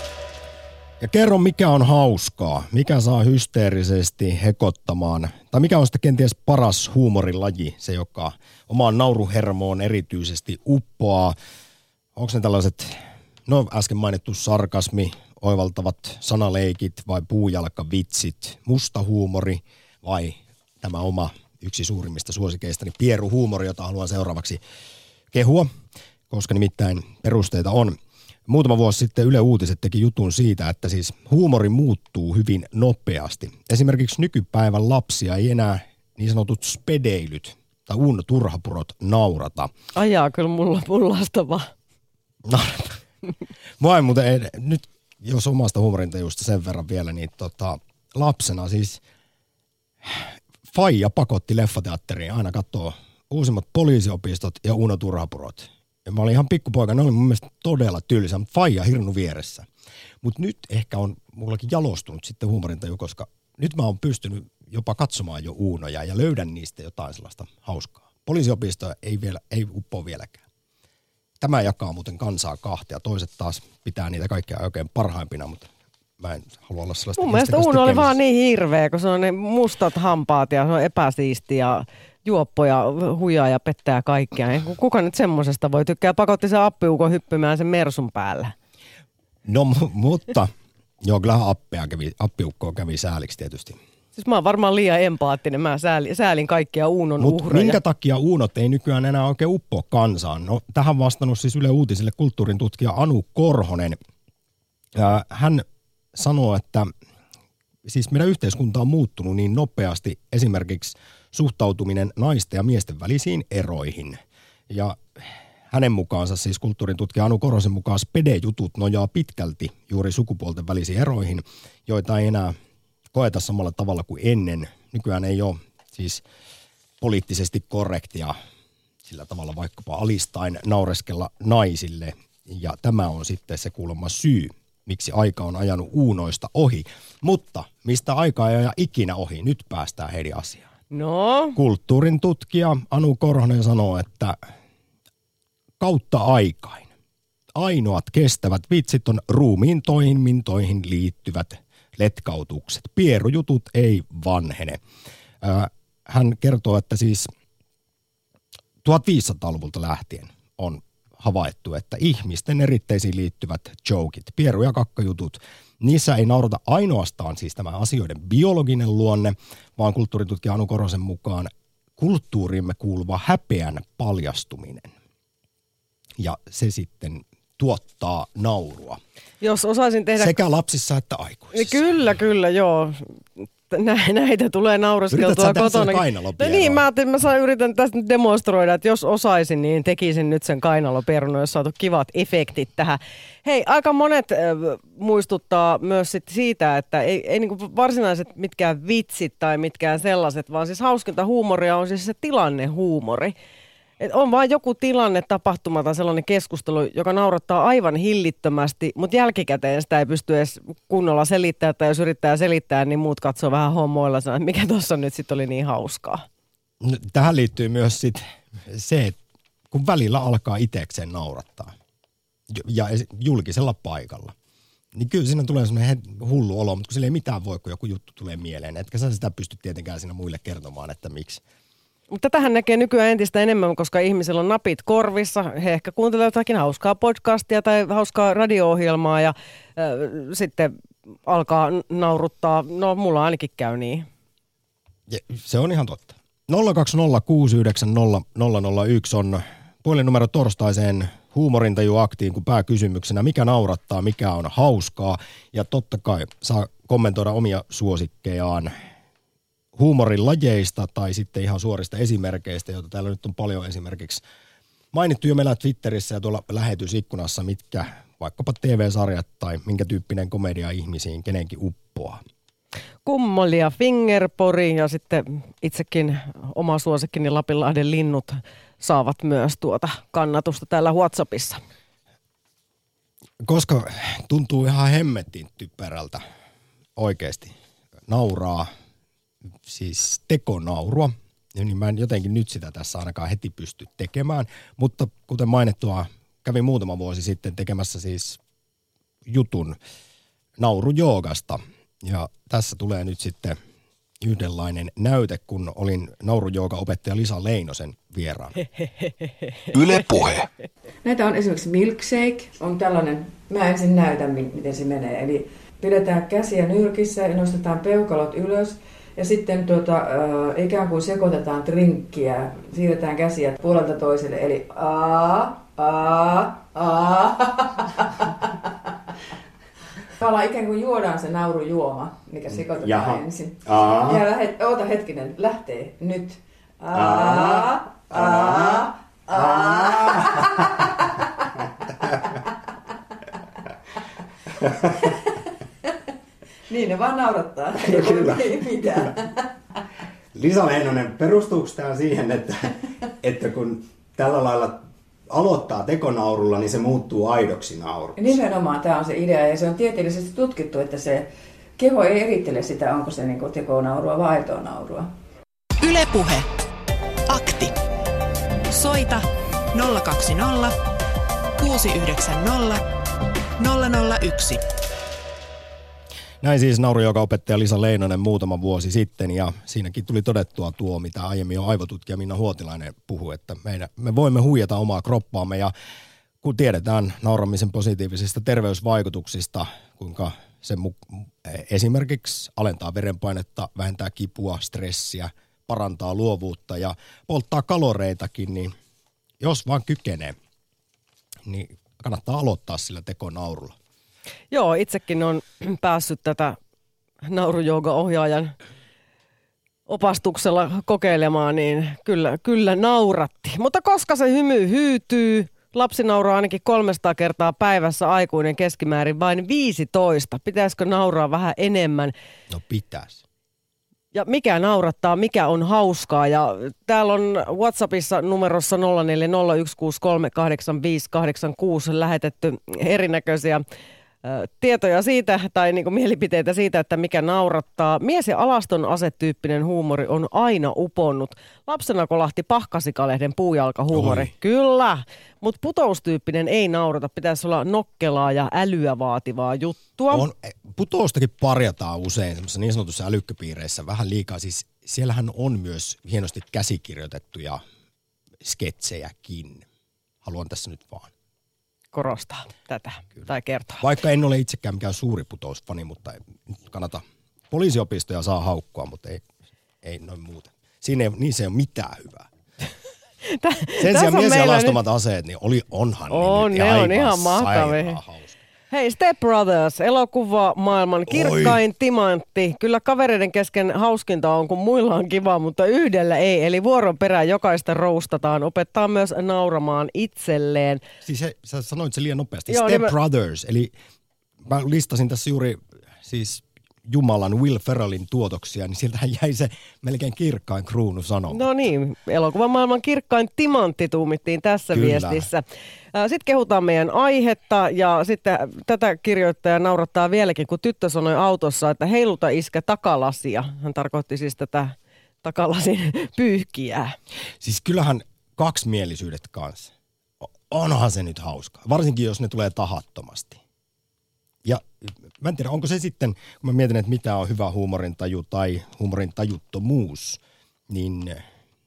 Ja kerro, mikä on hauskaa, mikä saa hysteerisesti hekottamaan, tai mikä on sitten kenties paras huumorilaji, se joka omaan nauruhermoon erityisesti uppoaa. Onko ne tällaiset, äsken mainittu sarkasmi, oivaltavat sanaleikit vai puujalkavitsit, musta huumori vai tämä oma yksi suurimmista suosikeistani pieruhuumori, jota haluan seuraavaksi kehua, koska nimittäin perusteita on. Muutama vuosi sitten Yle Uutiset teki jutun siitä, että siis huumori muuttuu hyvin nopeasti. Esimerkiksi nykypäivän lapsia ei enää niin sanotut spedeilyt tai Uno Turhapurot naurata. Ajaa kyllä mullastavaa. No, mua ei muuten, nyt jos omasta huumorintajusta sen verran vielä, niin lapsena siis faija pakotti leffateatteriin aina katsoo uusimmat Poliisiopistot ja Uno Turhapurot. Ja mä olin ihan pikkupoika, ne oli mun mielestä todella tylsä, mutta faija hirnu vieressä. Mutta nyt ehkä on mullakin jalostunut sitten huumorintaju, koska nyt mä oon pystynyt jopa katsomaan jo Uunoja ja löydän niistä jotain sellaista hauskaa. Poliisiopistoja ei uppoa vieläkään. Tämä jakaa muuten kansaa kahtia. Toiset taas pitää niitä kaikkia oikein parhaimpina, mutta mä en halua olla sellaista. Mun mielestä Uuno oli vaan niin hirveä, kun se on ne mustat hampaat ja se on epäsiisti ja juoppoja, hujaa ja pettää kaikkia. Kuka nyt semmosesta voi tykkää? Pakotti sen appiukon hyppimään sen Mersun päällä. No mutta, joo kyllähän appiukkoa kävi sääliksi tietysti. Siis mä oon varmaan liian empaattinen. Mä säälin kaikkia Uunon uhreja. Mutta minkä takia Uunot ei nykyään enää oikein uppoa kansaan? No tähän vastannut siis Yle Uutisille kulttuurin tutkija Anu Korhonen. Hän sanoo, että siis meidän yhteiskunta on muuttunut niin nopeasti esimerkiksi suhtautuminen naisten ja miesten välisiin eroihin. Ja hänen mukaansa, siis kulttuurin tutkija Anu Korhosen mukaan spede-jutut nojaa pitkälti juuri sukupuolten välisiin eroihin, joita ei enää koeta samalla tavalla kuin ennen. Nykyään ei ole siis poliittisesti korrektia sillä tavalla vaikkapa alistain naureskella naisille. Ja tämä on sitten se kuulemma syy, miksi aika on ajanut Uunoista ohi. Mutta mistä aika ei aja ikinä ohi, nyt päästään Heidi asiaan. No? Kulttuurin tutkija Anu Korhonen sanoo, että kautta aikain ainoat kestävät vitsit on ruumiin toimintoihin liittyvät letkautukset. Pierujutut ei vanhene. Hän kertoo, että siis 1500-luvulta lähtien on havaittu, että ihmisten eritteisiin liittyvät jokit, pieru- ja kakkajutut, niissä ei naurata ainoastaan siis tämä asioiden biologinen luonne, vaan kulttuuritutkija Anu Korhosen mukaan kulttuurimme kuuluva häpeän paljastuminen. Ja se sitten tuottaa naurua. Jos osaisin tehdä sekä lapsissa että aikuisissa. Kyllä, joo. Näitä tulee naureskeltua kotona. No niin, mä yritän tästä nyt demonstroida, että jos osaisin, niin tekisin nyt sen kainalopierun, jos saatu kivat efektit tähän. Hei, aika monet muistuttaa myös sit siitä, että ei niinku varsinaiset mitkään vitsit tai mitkään sellaiset, vaan siis hauskinta huumoria on siis se tilannehuumori. Et on vaan joku tilanne, tapahtuma tai sellainen keskustelu, joka naurattaa aivan hillittömästi, mutta jälkikäteen sitä ei pysty edes kunnolla selittämään, tai jos yrittää selittää, niin muut katsoo vähän hommoilla, että mikä tuossa nyt sitten oli niin hauskaa. No, tähän liittyy myös sit se, että kun välillä alkaa itsekseen naurattaa ja julkisella paikalla, niin kyllä siinä tulee semmoinen hullu olo, mutta kun sillä ei mitään voi, kun joku juttu tulee mieleen, etkä sä sitä pysty tietenkään siinä muille kertomaan, että miksi. Mutta tähän näkee nykyään entistä enemmän, koska ihmisillä on napit korvissa. He ehkä kuuntelevat jotakin hauskaa podcastia tai hauskaa radio-ohjelmaa ja sitten alkaa nauruttaa. No, mulla ainakin käy niin. Ja se on ihan totta. 020690001 on puhelinnumero torstaiseen huumorintajuaktiin, kun pääkysymyksenä, mikä naurattaa, mikä on hauskaa. Ja totta kai saa kommentoida omia suosikkejaan huumorin lajeista tai sitten ihan suorista esimerkkeistä, joita täällä nyt on paljon esimerkiksi mainittu jo meillä Twitterissä ja tuolla lähetysikkunassa, mitkä vaikkapa TV-sarjat tai minkä tyyppinen komedia ihmisiin kenenkin uppoaa. Kummolia, Fingerpori ja sitten itsekin oma suosikkini Lapinlahden linnut saavat myös tuota kannatusta täällä WhatsAppissa. Koska tuntuu ihan hemmettiin typerältä oikeasti nauraa, siis tekonaurua, niin mä en jotenkin nyt sitä tässä ainakaan heti pysty tekemään, mutta kuten mainittua, kävin muutama vuosi sitten tekemässä siis jutun naurujoogasta. Ja tässä tulee nyt sitten yhdenlainen näyte, kun olin naurujooga-opettaja Lisa Leinosen vieraan. Yle Puhe. Näitä on esimerkiksi milkshake, on tällainen, mä ensin näytän miten se menee. Eli pidetään käsiä nyrkissä ja nostetaan peukalot ylös ja sitten ikään kuin sekoitetaan drinkkiä, siirretään käsiä puolelta toiselle, eli tavallaan ikään kuin juodaan se naurujuoma, mikä sekoitetaan ensin. Ja oota hetkinen, lähtee nyt. Niin ne vaan naurattaa, ei mitään. Lisa Leinonen, perustuuko tämä siihen, että kun tällä lailla aloittaa tekonaurulla, niin se muuttuu aidoksi nauruksi? Nimenomaan tämä on se idea ja se on tieteellisesti tutkittu, että se keho ei erittele sitä, onko se niinku tekonaurua vai aitoa naurua. Yle Puhe. Akti. Soita 020 690 001. Näin siis naurujooga-opettaja Lisa Leinonen muutama vuosi sitten, ja siinäkin tuli todettua tuo, mitä aiemmin jo aivotutkija Minna Huotilainen puhui, että me voimme huijata omaa kroppaamme, ja kun tiedetään nauramisen positiivisista terveysvaikutuksista, kuinka se esimerkiksi alentaa verenpainetta, vähentää kipua, stressiä, parantaa luovuutta ja polttaa kaloreitakin, niin jos vaan kykenee, niin kannattaa aloittaa sillä tekonaurulla. Joo, itsekin on päässyt tätä naurujooga-ohjaajan opastuksella kokeilemaan, niin kyllä nauratti. Mutta koska se hymy hyytyy, lapsi nauraa ainakin 300 kertaa päivässä, aikuinen keskimäärin vain 15. Pitäisikö nauraa vähän enemmän? No pitäisi. Ja mikä naurattaa, mikä on hauskaa. Ja täällä on WhatsAppissa numerossa 0401638586 lähetetty erinäköisiä tietoja siitä tai niin kuin mielipiteitä siitä, että mikä naurattaa. Mies- ja alaston asetyyppinen huumori on aina uponnut. Lapsena kolahti Pahkasikalehden puujalkahuumori. Oi. Kyllä, mutta putoustyyppinen ei naurata. Pitäisi olla nokkelaa ja älyä vaativaa juttua. Putoustakin parjataan usein semmoisessa niin sanotussa älykköpiireissä vähän liikaa. Siis siellähän on myös hienosti käsikirjoitettuja sketsejäkin. Haluan tässä nyt vaan korostaa tätä tai kertoa. Vaikka en ole itsekään mikään suuri putousfani, mutta kannata. Poliisiopistoja saa haukkua, mutta ei noin muuta. Niissä ei ole mitään hyvää. Sen sijaan mies- ja alastomat aseet, niin onhan ne on ihan mahtavia. Hei, Step Brothers, elokuva maailman kirkkain timantti. Kyllä kavereiden kesken hauskinta on, kun muilla on kiva, mutta yhdellä ei. Eli vuoron perään jokaista roustataan. Opettaa myös nauramaan itselleen. Siis sä sanoit se liian nopeasti. Joo, Step Brothers, eli mä listasin tässä juuri siis Jumalan Will Ferrellin tuotoksia, niin sieltähän jäi se melkein kirkkain kruunu sanomatta. No niin, elokuvan maailman kirkkain timantti tuumittiin tässä viestissä. Sitten kehutaan meidän aihetta ja sitten tätä kirjoittaja naurattaa vieläkin, kun tyttö sanoi autossa, että heiluta iskä takalasia. Hän tarkoitti siis tätä takalasin pyyhkiää. Siis kyllähän kaksimielisyydet kanssa. Onhan se nyt hauskaa, varsinkin jos ne tulee tahattomasti. Ja mä en tiedä, onko se sitten, kun mä mietin, että mitä on hyvä huumorintaju tai huumorintajuttomuus, niin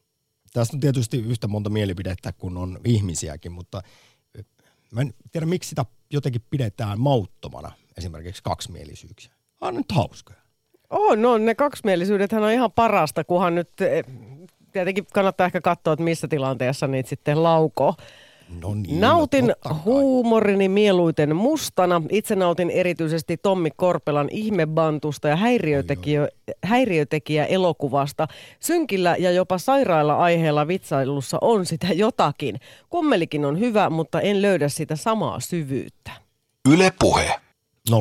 Tästä on tietysti yhtä monta mielipidettä kuin on ihmisiäkin, mutta mä en tiedä, miksi sitä jotenkin pidetään mauttomana, esimerkiksi kaksimielisyyksiä. On nyt hauskoja. No, ne kaksimielisyydet on ihan parasta, kunhan nyt tietenkin kannattaa ehkä katsoa, että missä tilanteessa niitä sitten laukoo. No niin, nautin huumorini mieluiten mustana. Itse nautin erityisesti Tommi Korpelan Ihmebantusta ja häiriötekijä elokuvasta. Synkillä ja jopa sairailla aiheilla vitsailussa on sitä jotakin. Kommelikin on hyvä, mutta en löydä sitä samaa syvyyttä. Yle Puhe. 020690001.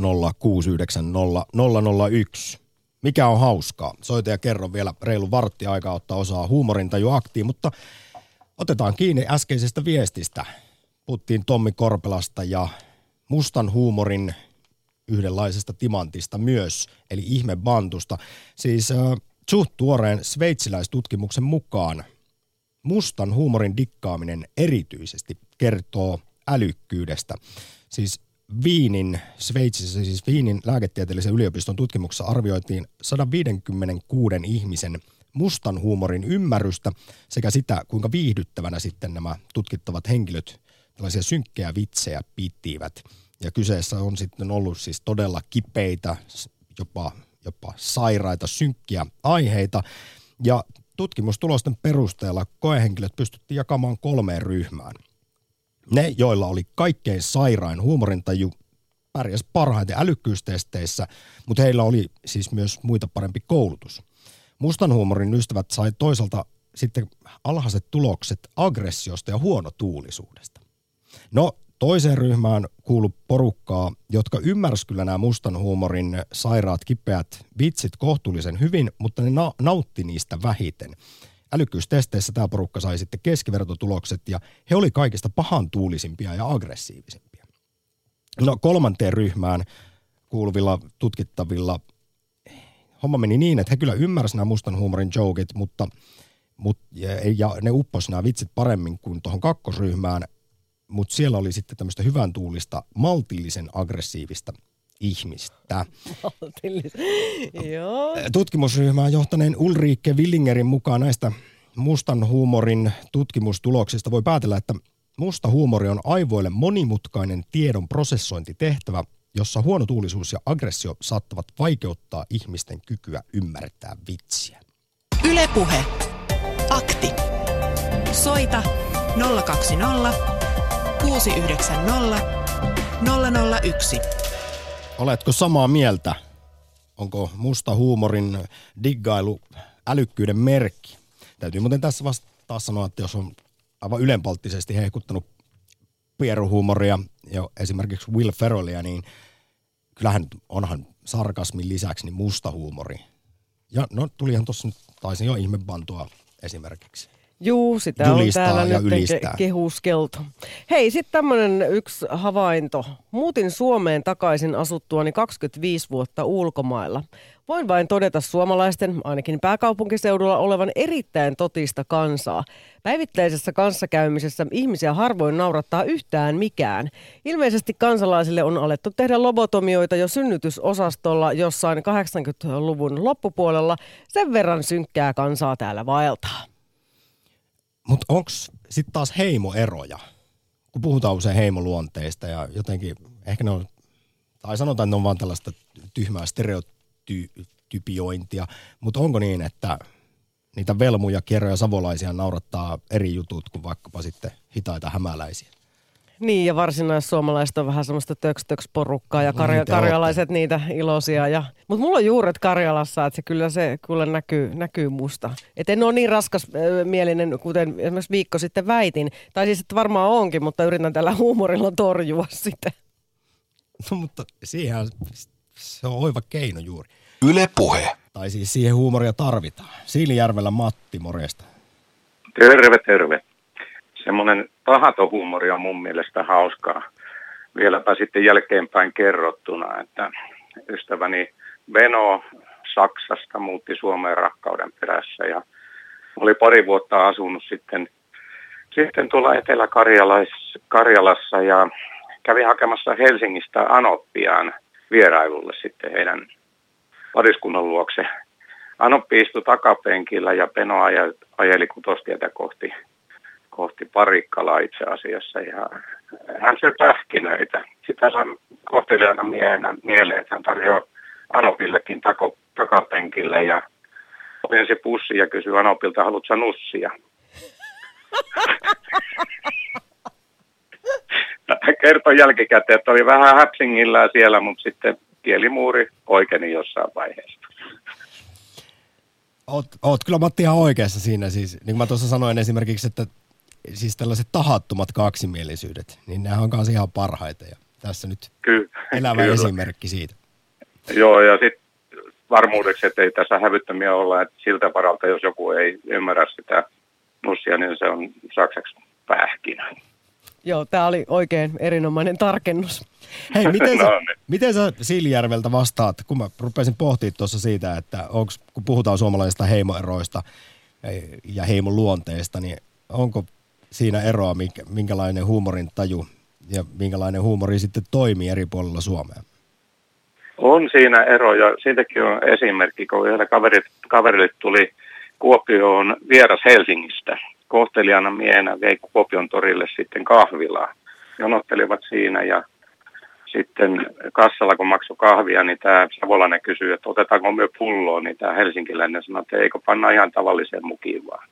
Mikä on hauskaa? Soita ja kerro vielä reilu vartti aikaa ottaa osaa huumorintajuaktiin, mutta otetaan kiinni äskeisestä viestistä. Puhuttiin Tommi Korpelasta ja mustan huumorin yhdenlaisesta timantista myös, eli ihmebantusta. Siis suht tuoreen sveitsiläistutkimuksen mukaan mustan huumorin dikkaaminen erityisesti kertoo älykkyydestä. Siis Sveitsissä, siis Wienin lääketieteellisen yliopiston tutkimuksessa arvioitiin 156 ihmisen mustan huumorin ymmärrystä sekä sitä, kuinka viihdyttävänä sitten nämä tutkittavat henkilöt tällaisia synkkejä vitsejä pitivät. Ja kyseessä on sitten ollut siis todella kipeitä, jopa sairaita, synkkiä aiheita. Ja tutkimustulosten perusteella koehenkilöt pystyttiin jakamaan 3 ryhmään. Ne, joilla oli kaikkein sairain huumorintaju, pärjäs parhaiten älykkyystesteissä, mutta heillä oli siis myös muita parempi koulutus. Mustan huumorin ystävät sai toisaalta sitten alhaiset tulokset aggressiosta ja huonotuulisuudesta. No, toiseen ryhmään kuului porukkaa, jotka ymmärsivät kyllä nämä mustan huumorin sairaat, kipeät vitsit kohtuullisen hyvin, mutta ne nautti niistä vähiten. Älykkyystesteissä tämä porukka sai sitten keskivertotulokset ja he oli kaikista pahantuulisimpia ja aggressiivisempia. No, kolmanteen ryhmään kuuluvilla tutkittavilla homma meni niin, että he kyllä ymmärsivät nämä mustan huumorin jokit, ja ne upposi nämä vitsit paremmin kuin tuohon kakkosryhmään, mutta siellä oli sitten tämmöistä hyvän tuulista, maltillisen aggressiivista ihmistä. Joo. Tutkimusryhmään johtaneen Ulrike Willingerin mukaan näistä mustan huumorin tutkimustuloksista voi päätellä, että musta huumori on aivoille monimutkainen tiedon prosessointitehtävä, jossa huonotuulisuus ja aggressio saattavat vaikeuttaa ihmisten kykyä ymmärtää vitsiä. Yle Puhe. Akti. Soita 020 690 001. Oletko samaa mieltä? Onko musta huumorin diggailu älykkyyden merkki? Täytyy muuten tässä vasta taas sanoa, että jos on aivan ylenpalttisesti hehkuttanut pieruhuumoria ja esimerkiksi Will Ferrellia, niin kyllähän onhan sarkasmin lisäksi niin musta huumori. Ja no tulihan tuossa nyt, taisin jo ihmebantua esimerkiksi. Juu, sitä julistaa on täällä nyt kehuskeltu. Hei, sitten tämmöinen yksi havainto. Muutin Suomeen takaisin asuttuani 25 vuotta ulkomailla. Voin vain todeta suomalaisten, ainakin pääkaupunkiseudulla, olevan erittäin totista kansaa. Päivittäisessä kanssakäymisessä ihmisiä harvoin naurattaa yhtään mikään. Ilmeisesti kansalaisille on alettu tehdä lobotomioita jo synnytysosastolla jossain 80-luvun loppupuolella. Sen verran synkkää kansaa täällä vaeltaa. Mutta onko sitten taas heimoeroja? Kun puhutaan usein heimoluonteista ja jotenkin, ehkä ne on, tai sanotaan, että ne on vaan tällaista tyhmää stereotypiointia, mutta onko niin, että niitä velmuja, kierroja, savolaisia naurattaa eri jutut kuin vaikkapa sitten hitaita hämäläisiä? Niin, ja varsinais-suomalaiset on vähän semmoista töks-porukkaa ja karjalaiset niitä iloisia. Mutta mulla on juuret Karjalassa, että se kyllä näkyy musta. Että en ole niin raskasmielinen, kuten esimerkiksi viikko sitten väitin. Tai siis, että varmaan onkin, mutta yritän tällä huumorilla torjua sitä. No, mutta siihen se on oiva keino juuri. Yle Puhe. Tai siis siihen huumoria tarvitaan. Siilijärvellä Matti, morjesta. Terve. Semmoinen tahatohuumori on mun mielestä hauskaa. Vieläpä sitten jälkeenpäin kerrottuna, että ystäväni Beno Saksasta muutti Suomeen rakkauden perässä ja oli pari vuotta asunut sitten tuolla Etelä-Karjalassa ja kävi hakemassa Helsingistä anoppiaan vierailulle sitten heidän pariskunnan luokse Anoppi istui takapenkillä ja Peno ajeli Kutostietä kohti Parikkalaa itse asiassa. Ja hän söi pähkinöitä. Sitä saa kohtelijana miehenä mieleen, että hän tarjoaa Anopillekin takapenkille ja ojensi pussi ja kysyi Anopilta, haluatko nussia? Hän kertoi jälkikäteen, että oli vähän häpsingillään siellä, mutta sitten kielimuuri oikeeni jossain vaiheessa. Oot kyllä Matti ihan oikeassa siinä. Siis, niin kuin mä tuossa sanoin esimerkiksi, että siis tällaiset tahattomat kaksimielisyydet, niin nehän on kanssa ihan parhaita. Ja tässä nyt elävä esimerkki siitä. Joo, ja sitten varmuudeksi, että ei tässä hävyttömiä olla, että siltä varalta, jos joku ei ymmärrä sitä nussia, niin se on saksaksi pähkinä. Joo, tämä oli oikein erinomainen tarkennus. Hei, miten sä Siilijärveltä vastaat, kun mä rupesin pohtimaan tuossa siitä, että kun puhutaan suomalaisista heimoeroista ja heimon luonteesta, niin onko siinä eroa, minkälainen huumorin taju ja minkälainen huumori sitten toimii eri puolilla Suomea? On siinä eroja. Siitäkin on esimerkki, kun yhdelle kaverille tuli Kuopioon vieras Helsingistä. Kohtelijana miehenä vei Kuopion torille sitten kahvilaa. Jonottelivat siinä ja sitten kassalla kun maksoi kahvia, niin tämä savolainen kysyi, että otetaanko me pulloa, niin tämä helsinkiläinen sanoi, että eikö panna ihan tavalliseen mukiin vaan.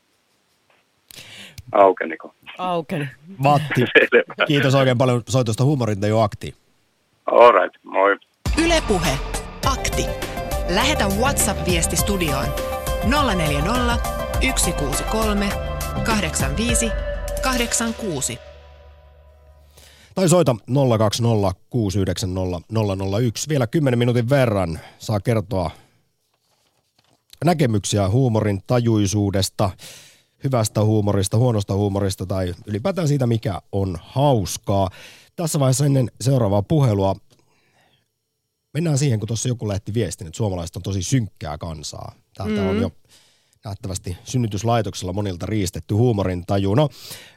Aukeniko? Aukeni. Matti, kiitos oikein paljon soitosta Huumorintaju Aktiin. All right, moi. Yle Puhe. Akti. Lähetä WhatsApp-viesti studioon 040 163 85 86. Tai soita 020 690 001. Vielä 10 minuutin verran saa kertoa näkemyksiä huumorin tajuisuudesta, hyvästä huumorista, huonosta huumorista tai ylipäätään siitä, mikä on hauskaa. Tässä vaiheessa ennen seuraavaa puhelua mennään siihen, kun tuossa joku lähetti viestin, että suomalaiset on tosi synkkää kansaa. Täältä on jo nähtävästi synnytyslaitoksella monilta riistetty huumorin taju. No,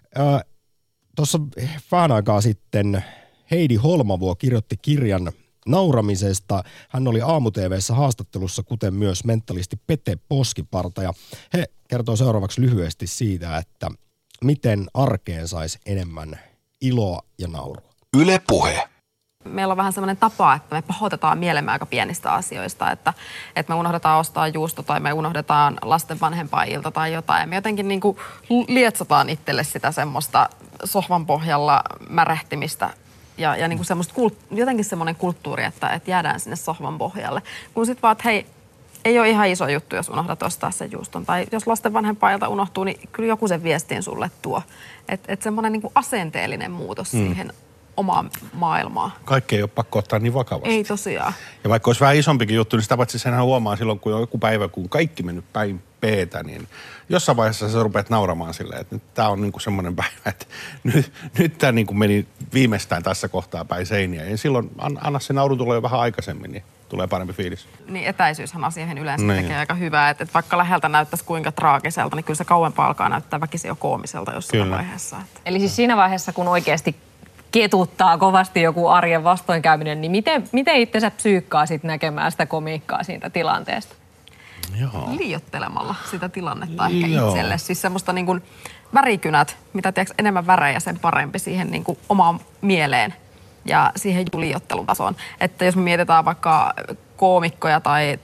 tuossa vähän aikaa sitten Heidi Holmavuo kirjoitti kirjan nauramisesta. Hän oli Aamu-TV:ssä haastattelussa, kuten myös mentalisti Pete Poskiparta. Ja he kertoo seuraavaksi lyhyesti siitä, että miten arkeen saisi enemmän iloa ja naurua. Yle Puhe. Meillä on vähän sellainen tapa, että me pahoitetaan mielemme aika pienistä asioista, että me unohdetaan ostaa juusto tai me unohdetaan lasten vanhempainilta tai jotain. Ja me jotenkin niin kuin lietsotaan itselle sitä semmoista sohvan pohjalla märehtimistä ja niin kuin semmoista jotenkin semmoinen kulttuuri, että jäädään sinne sohvan pohjalle. Kun sitten vaan, että hei, ei ole ihan iso juttu, jos unohdat ostaa sen juuston. Tai jos lasten vanhempailta unohtuu, niin kyllä joku sen viestin sulle tuo. Että semmoinen niin kuin asenteellinen muutos siihen omaa maailmaa. Kaikki ei ole pakko ottaa niin vakavasti. Ei tosiaan. Ja vaikka olisi vähän isompikin juttu, niin sitä paitsi senhän huomaa silloin, kun on joku päivä, kun kaikki mennyt päin peetä, niin jossain vaiheessa sä rupeat nauramaan silleen, että nyt tää on niinku semmoinen päivä, että nyt tää niinku meni viimeistään tässä kohtaa päin seiniä. Ja silloin anna se nauru tulla jo vähän aikaisemmin, niin tulee parempi fiilis. Niin etäisyyshän asioihin yleensä tekee aika hyvää, että vaikka läheltä näyttäisi kuinka traagiselta, niin kyllä se kauempaa alkaa näyttää väkisin jo koomiselta jossain vaiheessa. Että. Eli siis siinä vaiheessa, kun oikeasti ketuttaa kovasti joku arjen vastoinkäyminen, niin miten itsensä psyykkaa sitten näkemään sitä komiikkaa siitä tilanteesta? Joo. Liioittelemalla sitä tilannetta ehkä itselle. Siis semmoista niin kuin värikynät, mitä tiedätkö, enemmän värejä sen parempi siihen niin kuin omaan mieleen ja siihen liioittelun tasoon. Että jos me mietitään vaikka koomikkoja tai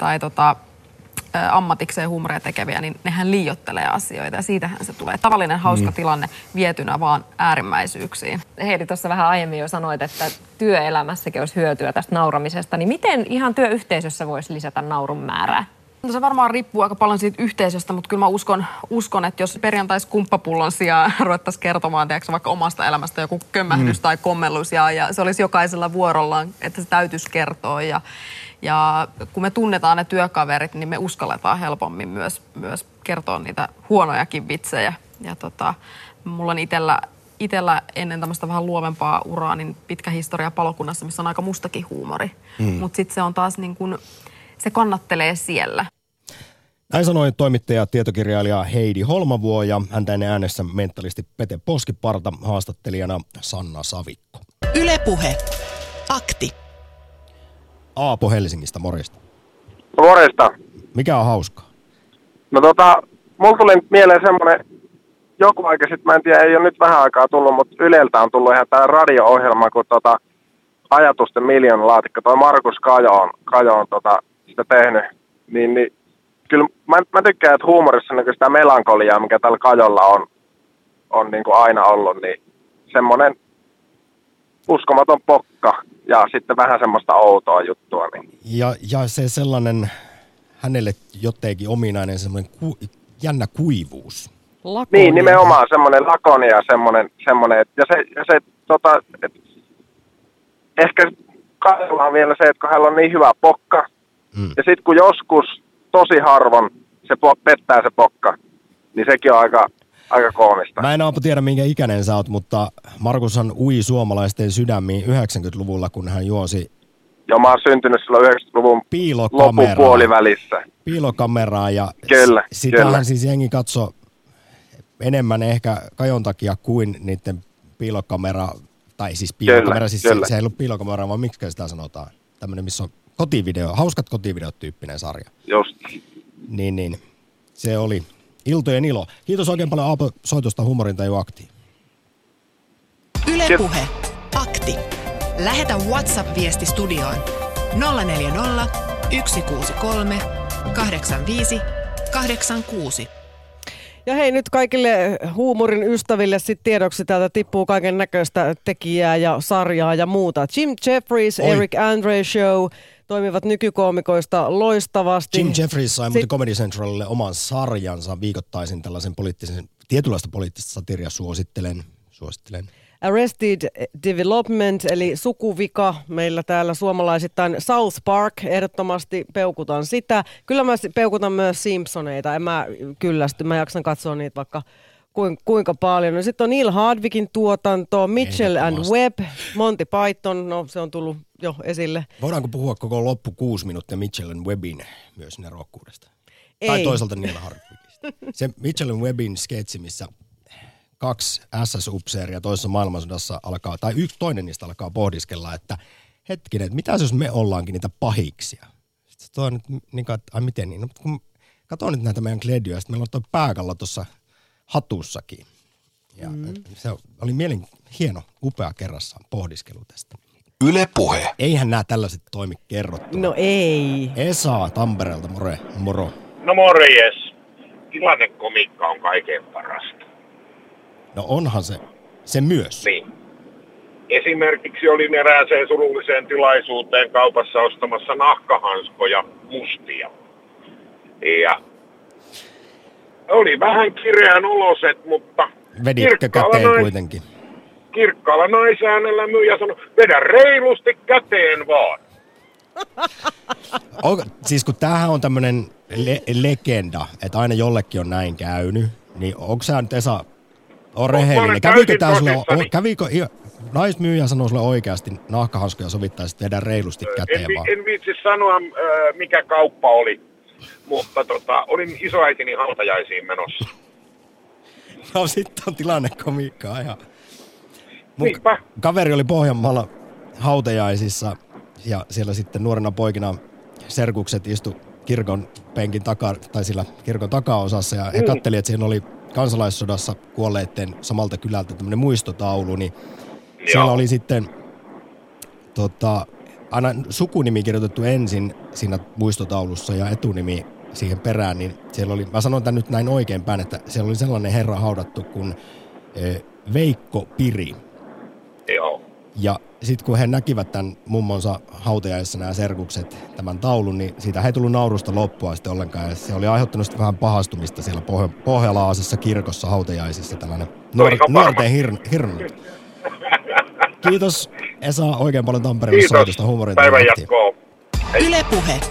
ammatikseen huumoria tekeviä, niin nehän liioittelee asioita ja siitähän se tulee. Tavallinen hauska tilanne vietynä vaan äärimmäisyyksiin. Heidi tuossa vähän aiemmin jo sanoit, että työelämässäkin olisi hyötyä tästä nauramisesta, niin miten ihan työyhteisössä voisi lisätä naurun määrää? No se varmaan riippuu aika paljon siitä yhteisöstä, mutta kyllä mä uskon että jos perjantais kumppapullon sijaan ruvettaisiin kertomaan vaikka omasta elämästä joku kömmähdys tai kommellus ja se olisi jokaisella vuorollaan, että se täytyisi kertoa ja kun me tunnetaan ne työkaverit, niin me uskalletaan helpommin myös kertoa niitä huonojakin vitsejä. Ja mulla on itsellä ennen tämmöistä vähän luovempaa uraa, niin pitkä historia palokunnassa, missä on aika mustakin huumori. Mutta sitten se on taas niin kuin, se kannattelee siellä. Näin sanoi toimittaja ja tietokirjailija Heidi Holmavuo ja häntä ennen äänessä mentalisti Pete Poskiparta, haastattelijana Sanna Savikko. Yle Puhe. Akti. Aapo Helsingistä, morjesta. Morjesta. Mikä on hauskaa? No mulla tuli mieleen semmoinen, joku aika sitten, mä en tiedä, ei ole nyt vähän aikaa tullut, mutta Yleltä on tullut ihan tää radio-ohjelma, kun Ajatusten miljoonalaatikko, toi Markus Kajo on sitä tehnyt, niin kyllä mä tykkään, että huumorissa niin sitä melankoliaa, mikä tällä Kajolla on niin kuin aina ollut, niin semmoinen uskomaton pokka ja sitten vähän semmoista outoa juttua. Niin. Ja se sellainen hänelle jotenkin ominainen semmoinen jännä kuivuus. Lakonia. Niin, nimenomaan semmoinen lakonia, semmoinen ehkä Kajolla on vielä se, että kun hänellä on niin hyvä pokka, ja sitten kun joskus tosi harvoin se pettää se pokka, niin sekin on aika koomista. Mä en Aapo tiedä, minkä ikäinen sä oot, mutta Markushan ui suomalaisten sydämiin 90-luvulla, kun hän juosi... Joo, mä oon syntynyt silloin 90-luvun loppupuolivälissä. Piilokameraa, ja sitähän siis jengi katsoi enemmän ehkä Kajon takia kuin niiden piilokamera, tai siis piilokamera, se ei ollut piilokamera, vaan miksi sitä sanotaan? Tämmöinen, missä on hauskat kotivideot tyyppinen sarja. Just. Niin. Se oli iltojen ilo. Kiitos oikein paljon Aapo soitosta Huumorintaju Aktiin. Yle Puhe. Akti. Lähetä WhatsApp-viesti studioon 040 163 85 86. Ja hei, nyt kaikille huumorin ystäville sit tiedoksi täältä tippuu kaiken näköistä tekijää ja sarjaa ja muuta. Jim Jeffries, Eric Andre Show toimivat nykykoomikoista loistavasti. Jim Jeffries sai muuten Comedy Centralille oman sarjansa viikoittaisen tällaisen tietynlaista poliittista satiria suosittelen. Arrested Development, eli sukuvika, meillä täällä suomalaisittain. South Park, ehdottomasti peukutan sitä. Kyllä mä peukutan myös Simpsoneita, en mä kyllästy, mä jaksan katsoa niitä vaikka kuinka paljon. No sitten on Neil Hardwickin tuotanto, Mitchell and Webb, Monty Python, no se on tullut jo esille. Voidaanko puhua koko loppu 6 minuuttia Mitchell and Webbin myös nerokkuudesta? Ei. Tai toisaalta Neil Hardwickista. Se Mitchell and Webbin sketsi, missä 2 SS-upseeria toisessa maailmansodassa alkaa, tai toinen niistä alkaa pohdiskella, että hetkinen, että mitä jos me ollaankin niitä pahiksia? Sitten se on nyt niin kuin, että ai miten niin? No, kun katson nyt näitä meidän kledioja, sitten meillä on tuo pääkalla tuossa hatussakin. Ja se oli hieno, upea kerrassaan pohdiskelu tästä. Yle Puhe. Eihän nämä tällaiset toimi kerrottuna. No ei. Esa Tampereelta, moro. No morjes. Tilannekomiikka on kaikkein parasta. No onhan se myös. Niin. Esimerkiksi olin erääseen surulliseen tilaisuuteen kaupassa ostamassa nahkahanskoja mustia. Ja oli vähän kireän oloset, mutta veditkö käteen kuitenkin? Kirkkaalla naisäänellä myyjä sanoi, vedä reilusti käteen vaan. Siis kun tämähän on tämmöinen legenda, että aina jollekin on näin käynyt, niin onko sä nyt Esa... On rehellinen. Kävikö naismyyjä sanoo sulle oikeasti nahkahanskoja sovittaisi tehdä reilusti käteen vaan? En viitsi sanoa, mikä kauppa oli, mutta olin isoäitini hautajaisiin menossa. No sitten on tilannekomiikkaa ihan. Kaveri oli Pohjanmaalla hautajaisissa ja siellä sitten nuorena poikina serkukset istu kirkon penkin tai sillä kirkon takaosassa ja he katteli, että siinä oli kansalaissodassa kuolleiden samalta kylältä tämmöinen muistotaulu, niin siellä oli sitten aina sukunimi kirjoitettu ensin siinä muistotaulussa ja etunimi siihen perään, niin siellä oli, mä sanon tämän nyt näin oikeinpäin, että siellä oli sellainen herra haudattu kuin Veikko Piri. Joo. Ja sitten kun he näkivät tämän mummonsa hautajaisissa nämä serkukset, tämän taulun, niin siitä ei tullut naurusta loppua sitten ollenkaan. Ja se oli aiheuttanut vähän pahastumista siellä pohjalaisessa kirkossa hautajaisissa, tällainen nuorten hirnut. Kiitos Esa oikein paljon Tampereen soitosta huumorin. Päivän jatkoa. Yle Puhe.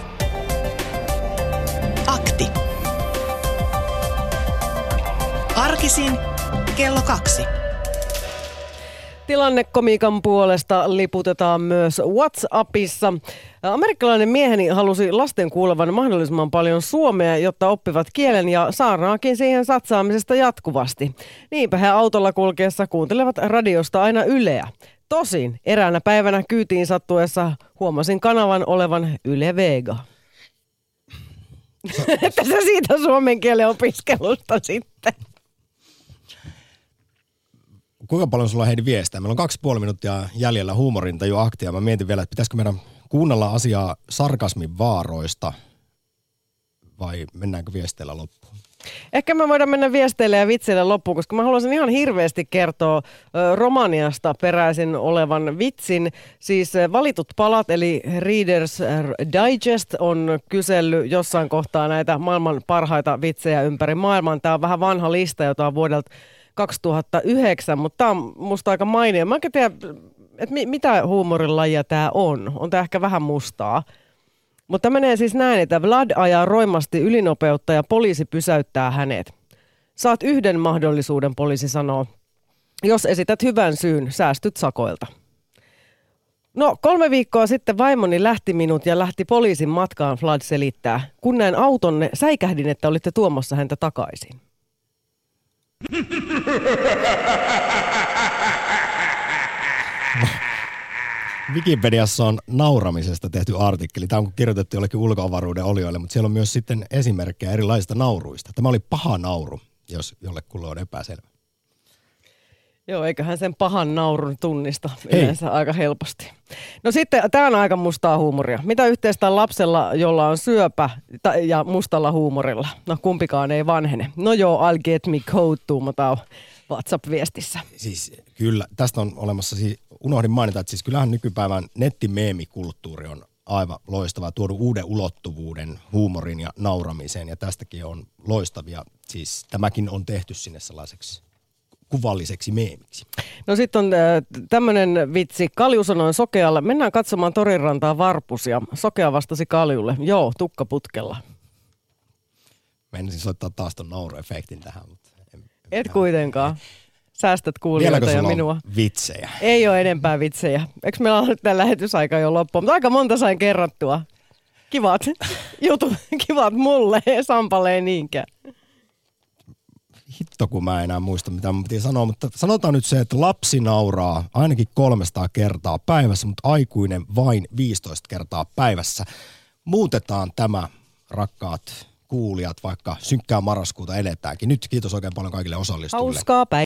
Akti. Arkisin kello 2. Tilannekomiikan puolesta liputetaan myös WhatsAppissa. Amerikkalainen mieheni halusi lasten kuulevan mahdollisimman paljon suomea, jotta oppivat kielen ja saarnaakin siihen satsaamisesta jatkuvasti. Niinpä he autolla kulkeessa kuuntelevat radiosta aina Yleä. Tosin eräänä päivänä kyytiin sattuessa huomasin kanavan olevan Yle Vega. Että se siitä suomen kielen opiskelusta sitten. Kuinka paljon sulla on Heidi viestejä? Meillä on 2,5 minuuttia jäljellä huumorintaju aktia. Mä mietin vielä, että pitäisikö meidän kuunnella asiaa sarkasmin vaaroista vai mennäänkö viesteillä loppuun? Ehkä me voidaan mennä viesteille ja vitseille loppuun, koska mä haluaisin ihan hirveästi kertoa Romaniasta peräisin olevan vitsin. Siis valitut palat, eli Readers Digest on kysellyt jossain kohtaa näitä maailman parhaita vitsejä ympäri maailman. Tämä on vähän vanha lista, jota on vuodelta 2009, mutta tämä on musta aika mainio. Mä en tiedä, että mitä huumorilajia tämä on. On tämä ehkä vähän mustaa. Mutta menee siis näin, että Vlad ajaa roimasti ylinopeutta ja poliisi pysäyttää hänet. Saat yhden mahdollisuuden, poliisi sanoo. Jos esität hyvän syyn, säästyt sakoilta. No 3 viikkoa sitten vaimoni lähti minut ja lähti poliisin matkaan, Vlad selittää. Kun näin autonne, säikähdin, että olitte tuomassa häntä takaisin. Wikipediassa on nauramisesta tehty artikkeli. Tämä on kirjoitettu jollekin ulkoavaruuden olioille, mutta siellä on myös sitten esimerkkejä erilaisista nauruista. Tämä oli paha nauru, jos jollekulle on epäselvä. Joo, eiköhän sen pahan naurun tunnista yleensä aika helposti. No sitten, tämä on aika mustaa huumoria. Mitä yhteistä lapsella, jolla on syöpä ja mustalla huumorilla? No kumpikaan ei vanhene. No joo, I'll get me code, tuumataan WhatsApp-viestissä. Siis kyllä, tästä on olemassa, unohdin mainita, että siis kyllähän nykypäivän nettimeemikulttuuri on aivan loistava, tuonut uuden ulottuvuuden huumorin ja nauramiseen, ja tästäkin on loistavia. Siis tämäkin on tehty sinne sellaiseksi kuvalliseksi meemiksi. No sitten on tämmöinen vitsi. Kalju sanoi Sokealle, mennään katsomaan Torinrantaa varpusia. Sokea vastasi Kaljulle, joo, tukkaputkella. Mä en siis soittaa taas ton nauruefektin tähän. Mutta et kuitenkaan. Säästät kuulijoita ja minua. On vitsejä? Ei ole enempää vitsejä. Eikö meillä ole nyt tämä lähetysaika jo loppuun? Mutta aika monta sain kerrattua. Kivat jutut, kivat mulle, Sampalle ei niinkään. Hitto, kun mä en enää muista, mitä mun piti sanoa, mutta sanotaan nyt se, että lapsi nauraa ainakin 300 kertaa päivässä, mutta aikuinen vain 15 kertaa päivässä. Muutetaan tämä, rakkaat kuulijat, vaikka synkkää marraskuuta eletäänkin. Nyt kiitos oikein paljon kaikille osallistujille. Hauskaa päivää.